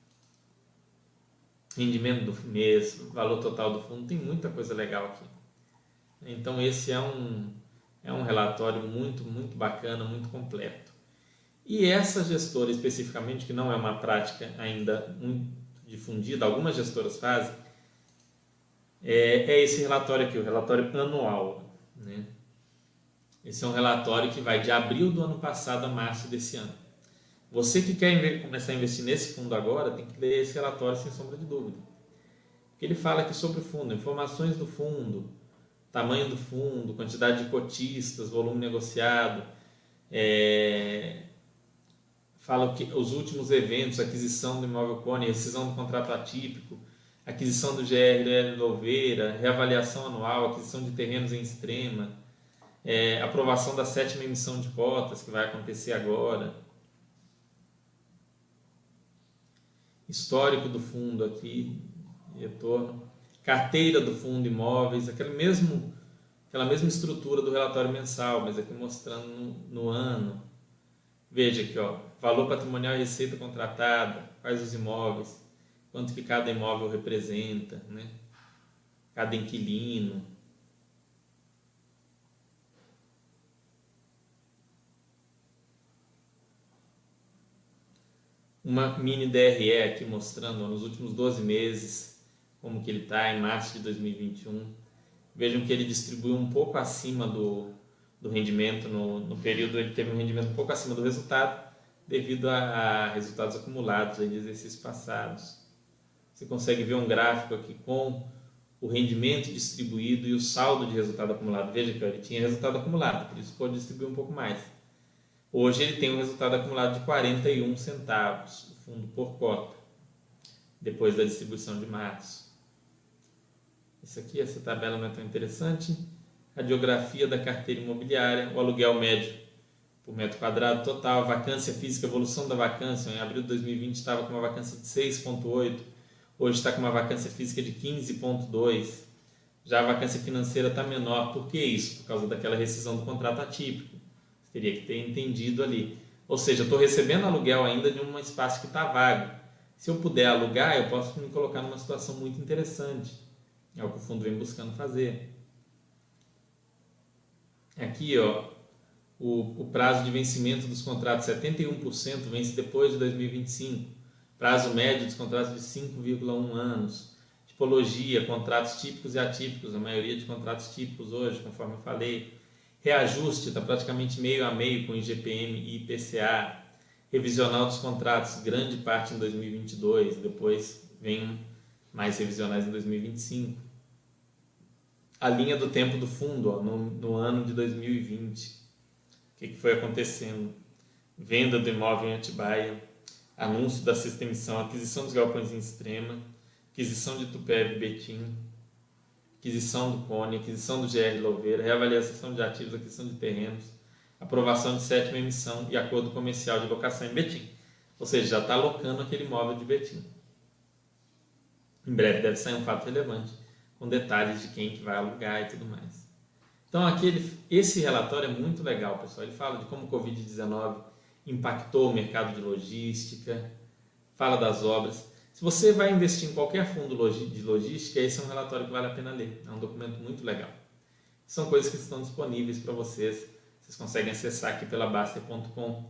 rendimento do mês, valor total do fundo, tem muita coisa legal aqui. Então esse é um, é um relatório muito, muito bacana, muito completo. E essa gestora especificamente, que não é uma prática ainda muito difundida, algumas gestoras fazem, é, é esse relatório aqui, o relatório anual, né? Esse é um relatório que vai de abril do ano passado a março desse ano. Você que quer começar a investir nesse fundo agora, tem que ler esse relatório sem sombra de dúvida. Porque ele fala aqui sobre o fundo, informações do fundo, tamanho do fundo, quantidade de cotistas, volume negociado, é... fala que os últimos eventos, aquisição do imóvel Cone, rescisão do contrato atípico, aquisição do G R Louveira, reavaliação anual, aquisição de terrenos em Extrema, é, aprovação da sétima emissão de cotas, que vai acontecer agora, histórico do fundo aqui, retorno, carteira do fundo imóveis, aquele mesmo, aquela mesma estrutura do relatório mensal, mas aqui mostrando no, no ano. Veja aqui, ó, valor patrimonial e receita contratada, quais os imóveis, quanto que cada imóvel representa, né? Cada inquilino. Uma mini D R E aqui mostrando ó, nos últimos doze meses como que ele está em março de dois mil e vinte e um. Vejam que ele distribuiu um pouco acima do, do rendimento, no, no período ele teve um rendimento um pouco acima do resultado, devido a, a resultados acumulados aí de exercícios passados. Você consegue ver um gráfico aqui com o rendimento distribuído e o saldo de resultado acumulado. Veja que ó, ele tinha resultado acumulado, por isso pode distribuir um pouco mais. Hoje ele tem um resultado acumulado de quarenta e um centavos, o fundo por cota, depois da distribuição de março. Isso aqui, essa tabela não é tão interessante. Radiografia da carteira imobiliária, o aluguel médio por metro quadrado total, vacância física, evolução da vacância. Em abril de dois mil e vinte estava com uma vacância de seis vírgula oito, hoje está com uma vacância física de quinze vírgula dois. Já a vacância financeira está menor. Por que isso? Por causa daquela rescisão do contrato atípico. Você teria que ter entendido ali. Ou seja, eu estou recebendo aluguel ainda de um espaço que está vago. Se eu puder alugar, eu posso me colocar numa situação muito interessante. É o que o fundo vem buscando fazer. Aqui, ó, o, o prazo de vencimento dos contratos, setenta e um por cento vence depois de dois mil e vinte e cinco. Prazo médio dos contratos de cinco vírgula um anos. Tipologia, contratos típicos e atípicos, a maioria de contratos típicos hoje, conforme eu falei. Reajuste, está praticamente meio a meio com I G P M e I P C A. Revisional dos contratos, grande parte em dois mil e vinte e dois, depois vem mais revisionais em dois mil e vinte e cinco. A linha do tempo do fundo ó, no, no ano de dois mil e vinte. O que, que foi acontecendo? Venda do imóvel em Atibaia, anúncio da sexta emissão, aquisição dos galpões em Extrema, aquisição de Tupéva e Betim, aquisição do Cone, aquisição do G R Louveira, reavaliação de ativos, aquisição de terrenos, aprovação de sétima emissão e acordo comercial de locação em Betim. Ou seja, já está alocando aquele imóvel de Betim. Em breve deve sair um fato relevante, com detalhes de quem que vai alugar e tudo mais. Então aqui ele, esse relatório é muito legal, pessoal. Ele fala de como o covid dezenove impactou o mercado de logística, fala das obras. Se você vai investir em qualquer fundo de logística, esse é um relatório que vale a pena ler. É um documento muito legal. São coisas que estão disponíveis para vocês. Vocês conseguem acessar aqui pela Baster ponto com.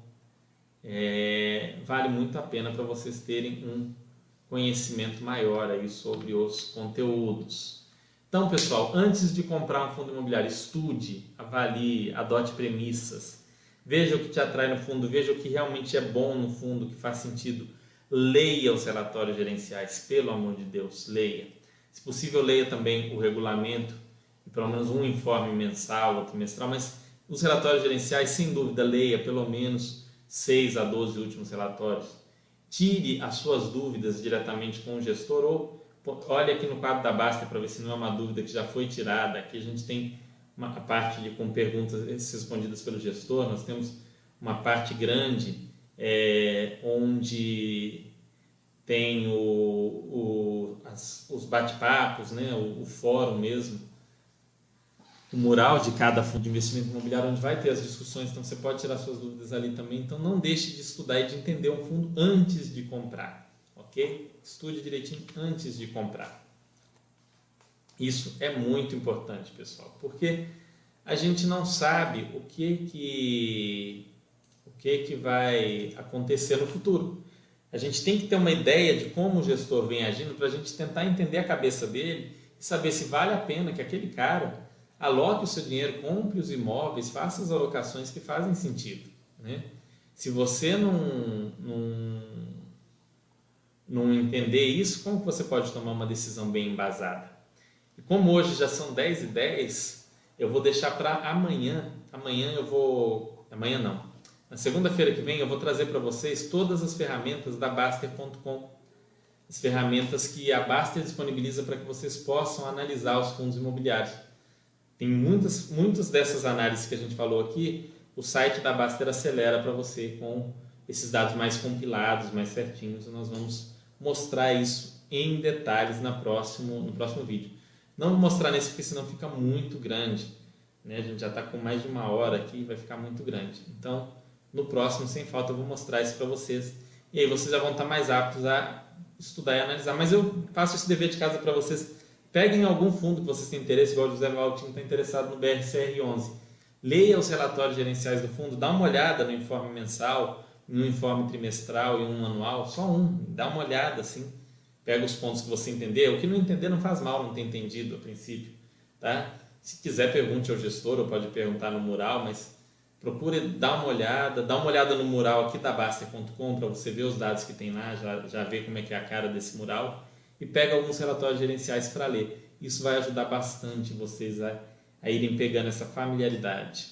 É, vale muito a pena para vocês terem um conhecimento maior aí sobre os conteúdos. Então, pessoal, antes de comprar um fundo imobiliário, estude, avalie, adote premissas, veja o que te atrai no fundo, veja o que realmente é bom no fundo, que faz sentido. Leia os relatórios gerenciais, pelo amor de Deus, leia. Se possível, leia também o regulamento, pelo menos um informe mensal ou trimestral, mas os relatórios gerenciais, sem dúvida, leia pelo menos seis a doze últimos relatórios. Tire as suas dúvidas diretamente com o gestor ou olhe aqui no quadro da Baster para ver se não é uma dúvida que já foi tirada. Aqui a gente tem uma parte de, com perguntas respondidas pelo gestor, nós temos uma parte grande é, onde tem o, o, as, os bate-papos, né, o, o fórum mesmo, o mural de cada fundo de investimento imobiliário, onde vai ter as discussões, então você pode tirar suas dúvidas ali também. Então não deixe de estudar e de entender um fundo antes de comprar, ok? Estude direitinho antes de comprar. Isso é muito importante, pessoal, porque a gente não sabe o que que, o que que vai acontecer no futuro. A gente tem que ter uma ideia de como o gestor vem agindo para a gente tentar entender a cabeça dele e saber se vale a pena que aquele cara aloque o seu dinheiro, compre os imóveis, faça as alocações que fazem sentido, né? Se você não, não, não entender isso, como que você pode tomar uma decisão bem embasada? E como hoje já são dez e dez, eu vou deixar para amanhã. Amanhã eu vou... Amanhã não. Na segunda-feira que vem eu vou trazer para vocês todas as ferramentas da Baster ponto com. As ferramentas que a Baster disponibiliza para que vocês possam analisar os fundos imobiliários. Tem muitas, muitas dessas análises que a gente falou aqui, o site da Baster acelera para você com esses dados mais compilados, mais certinhos. E nós vamos mostrar isso em detalhes na próximo, no próximo vídeo. Não vou mostrar nesse porque senão fica muito grande, né? A gente já está com mais de uma hora aqui e vai ficar muito grande. Então, no próximo, sem falta, eu vou mostrar isso para vocês. E aí vocês já vão estar mais aptos a estudar e analisar. Mas eu faço esse dever de casa para vocês. Peguem algum fundo que vocês têm interesse, igual o José Valtinho está interessado no B R C R onze. Leia os relatórios gerenciais do fundo, dá uma olhada no informe mensal, no informe trimestral e um anual, só um, dá uma olhada assim. Pega os pontos que você entender. O que não entender não faz mal, não ter entendido a princípio, tá? Se quiser, pergunte ao gestor ou pode perguntar no mural, mas procure dar uma olhada. Dá uma olhada no mural aqui da Baster ponto com para você ver os dados que tem lá, já, já ver como é que é a cara desse mural e pega alguns relatórios gerenciais para ler. Isso vai ajudar bastante vocês a, a irem pegando essa familiaridade.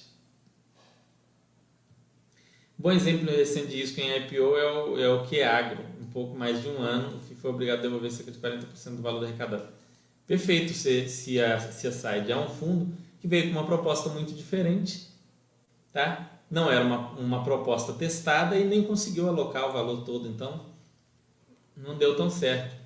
Bom exemplo recente disso em I P O é o, é o Queagro. Um pouco mais de um ano, o foi obrigado a devolver cerca de quarenta por cento do valor arrecadado. Perfeito se, se a C S I D é um fundo que veio com uma proposta muito diferente, tá? Não era uma, uma proposta testada e nem conseguiu alocar o valor todo, então não deu tão certo.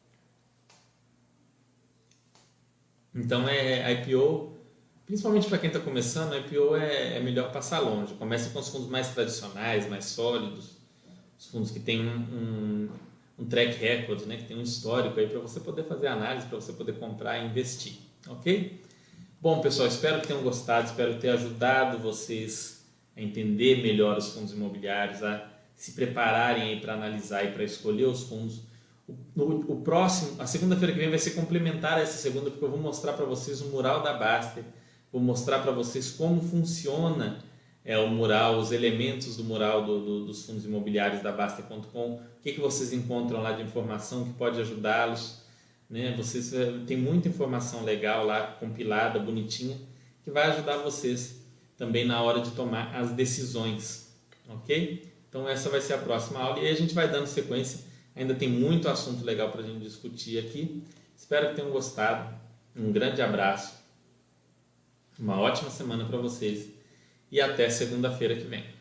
Então é I P O, principalmente para quem está começando, I P O é, é melhor passar longe. Começa com os fundos mais tradicionais, mais sólidos, os fundos que têm um, um, um track record, né, que tem um histórico aí para você poder fazer análise, para você poder comprar e investir, ok? Bom, pessoal, espero que tenham gostado, espero ter ajudado vocês a entender melhor os fundos imobiliários, a se prepararem aí para analisar e para escolher os fundos. O, o, o próximo, a segunda-feira que vem vai ser complementar a essa segunda, porque eu vou mostrar para vocês o mural da Baster, vou mostrar para vocês como funciona é, o mural, os elementos do mural do, do, dos fundos imobiliários da Baster ponto com, o que, que vocês encontram lá de informação que pode ajudá-los, né? Vocês tem muita informação legal lá, compilada, bonitinha, que vai ajudar vocês também na hora de tomar as decisões, ok? Então essa vai ser a próxima aula e aí a gente vai dando sequência. Ainda tem muito assunto legal para a gente discutir aqui. Espero que tenham gostado. Um grande abraço. Uma ótima semana para vocês. E até segunda-feira que vem.